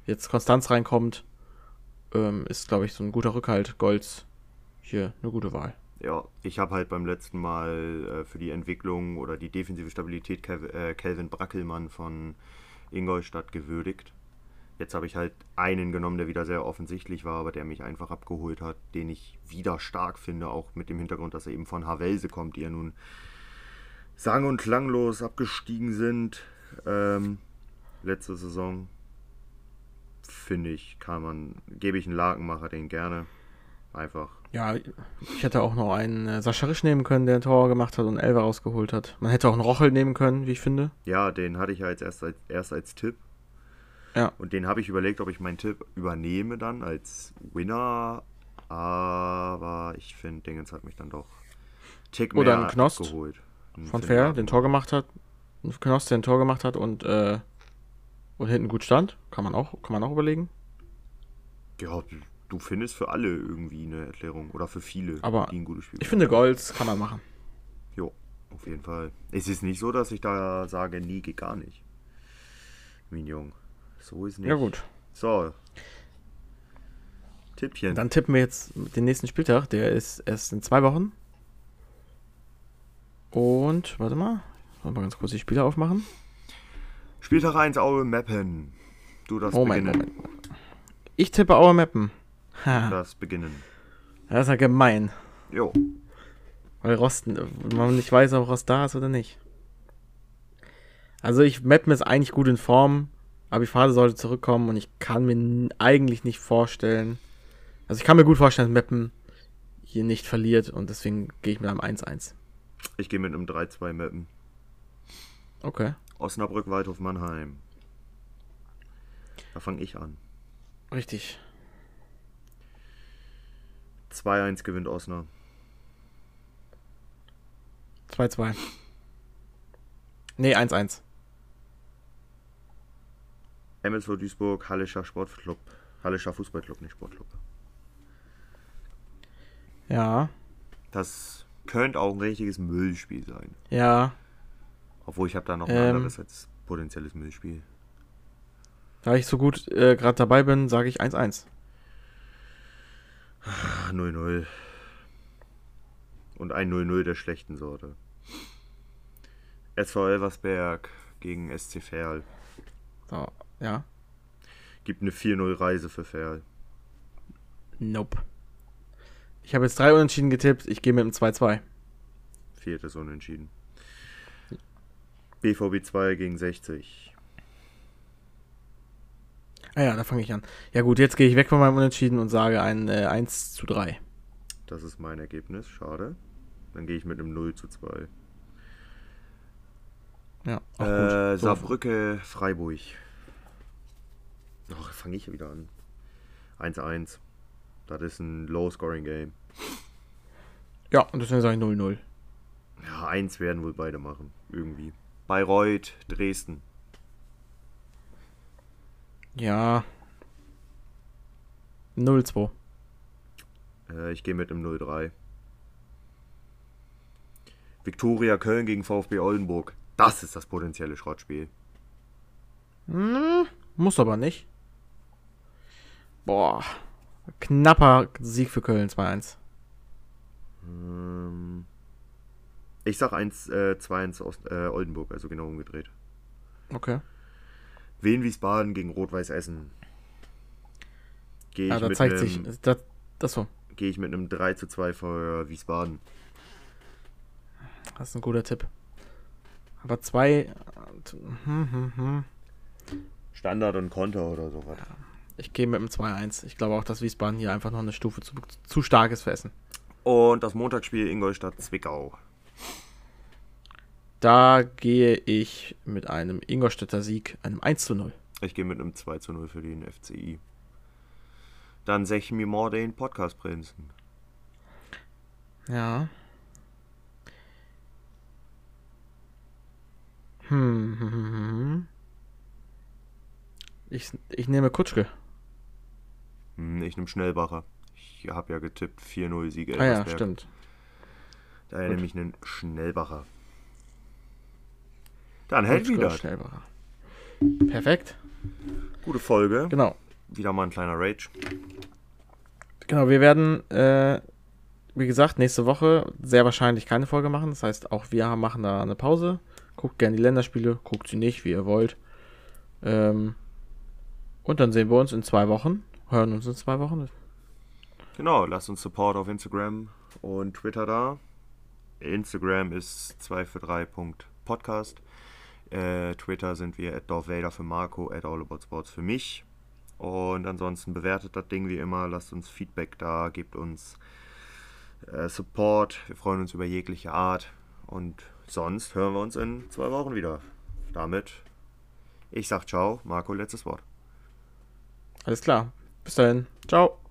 jetzt Konstanz reinkommt, ist, glaube ich, so ein guter Rückhalt. Golz hier eine gute Wahl. Ja, ich habe halt beim letzten Mal für die Entwicklung oder die defensive Stabilität Kelvin Brackelmann von Ingolstadt gewürdigt. Jetzt habe ich halt einen genommen, der wieder sehr offensichtlich war, aber der mich einfach abgeholt hat, den ich wieder stark finde, auch mit dem Hintergrund, dass er eben von Havelse kommt, die ja nun sang- und klanglos abgestiegen sind. Letzte Saison, finde ich, gebe ich einen Lakenmacher den gerne. Einfach. Ja, ich hätte auch noch einen Sascha Risch nehmen können, der ein Tor gemacht hat und einen Elfer rausgeholt hat. Man hätte auch einen Rochel nehmen können, wie ich finde. Ja, den hatte ich ja jetzt erst als Tipp. Ja. Und den habe ich überlegt, ob ich meinen Tipp übernehme dann als Winner. Aber ich finde, Dingens hat mich dann doch Tick mehr Oder ein Knost abgeholt. von Fair, den Tor gemacht hat. Ein Knost, der ein Tor gemacht hat und hinten gut stand. Kann man auch überlegen. Ja, du findest für alle irgendwie eine Erklärung. Oder für viele, Aber die ein gutes Spiel ich finde, Golz kann man machen. Jo, auf jeden Fall. Es ist nicht so, dass ich da sage, nie geht gar nicht. Mignon. So ist nicht. Ja, gut. So. Tippchen. Dann tippen wir jetzt den nächsten Spieltag. Der ist erst in 2 Wochen. Und, warte mal. Mal ganz kurz die Spiele aufmachen. Spieltag 1, Aue Meppen. Du darfst beginnen. Moment. Ich tippe Aue Meppen. Du darfst beginnen. Das ist ja gemein. Jo. Weil man nicht weiß, ob Rost da ist oder nicht. Also Meppen ist eigentlich gut in Form. Abifade sollte zurückkommen und ich kann mir eigentlich nicht vorstellen. Also ich kann mir gut vorstellen, dass Meppen hier nicht verliert und deswegen gehe ich mit einem 1-1. Ich gehe mit einem 3-2 Meppen. Okay. Osnabrück, Waldhof, Mannheim. Da fange ich an. Richtig. 2-1 gewinnt Osnabrück. 2-2. Nee, 1-1. MSV Duisburg, Hallischer Sportclub. Hallischer Fußballclub, nicht Sportclub. Ja. Das könnte auch ein richtiges Müllspiel sein. Ja. Obwohl ich habe da noch ein anderes als potenzielles Müllspiel. Da ich so gut gerade dabei bin, sage ich 1-1. 0-0. Und ein 0-0 der schlechten Sorte. SV Elversberg gegen SC Verl. So, ja. Gibt eine 4-0 Reise für Verl. Nope. Ich habe jetzt 3 Unentschieden getippt. Ich gehe mit einem 2-2. Viertes Unentschieden. BVB 2 gegen 60. Ah ja, da fange ich an. Ja gut, jetzt gehe ich weg von meinem Unentschieden und sage ein 1-3. Das ist mein Ergebnis, schade. Dann gehe ich mit einem 0-2. Ja, auch gut. So. Saarbrücke, Freiburg. Ach, fange ich hier wieder an. 1-1. Das ist ein Low-Scoring-Game. Ja, und deswegen sage ich 0-0. Ja, 1 werden wohl beide machen. Irgendwie. Bayreuth, Dresden. Ja. 0-2. Ich gehe mit einem 0-3. Viktoria Köln gegen VfB Oldenburg. Das ist das potenzielle Schrottspiel. Muss aber nicht. Boah. Knapper Sieg für Köln, 2-1. Ich sag 2-1 Oldenburg, also genau umgedreht. Okay. Wien Wiesbaden gegen Rot-Weiß Essen. Gehe ich, da zeigt sich. Das so. Gehe ich mit einem 3-2 für Wiesbaden. Das ist ein guter Tipp. Aber 2. Standard und Konter oder sowas. Ja. Ich gehe mit einem 2-1. Ich glaube auch, dass Wiesbaden hier einfach noch eine Stufe zu stark ist für Essen. Und das Montagsspiel Ingolstadt-Zwickau. Da gehe ich mit einem Ingolstädter Sieg, einem 1-0. Ich gehe mit einem 2-0 für den FCI. Dann sag ich mir mal den Podcast-Prinzen. Ja. Ich nehme Kutschke. Ich nehme Schnellbacher. Ich habe ja getippt 4-0 Sieg Elversberg. Ah ja, stimmt. Daher nehme ich einen Schnellbacher. Dann hält wieder. Schnellbacher. Perfekt. Gute Folge. Genau. Wieder mal ein kleiner Rage. Genau, wir werden, wie gesagt, nächste Woche sehr wahrscheinlich keine Folge machen. Das heißt, auch wir machen da eine Pause. Guckt gerne die Länderspiele, guckt sie nicht, wie ihr wollt. Und dann sehen wir uns in 2 Wochen. Hören uns in 2 Wochen. Genau, lasst uns Support auf Instagram und Twitter da. Instagram ist 243.podcast. Twitter sind wir @dorfvader für Marco, @allaboutsports für mich. Und ansonsten bewertet das Ding wie immer, lasst uns Feedback da, gebt uns Support. Wir freuen uns über jegliche Art. Und sonst hören wir uns in 2 Wochen wieder. Damit, ich sag ciao, Marco, letztes Wort. Alles klar. Bis dahin. Ciao.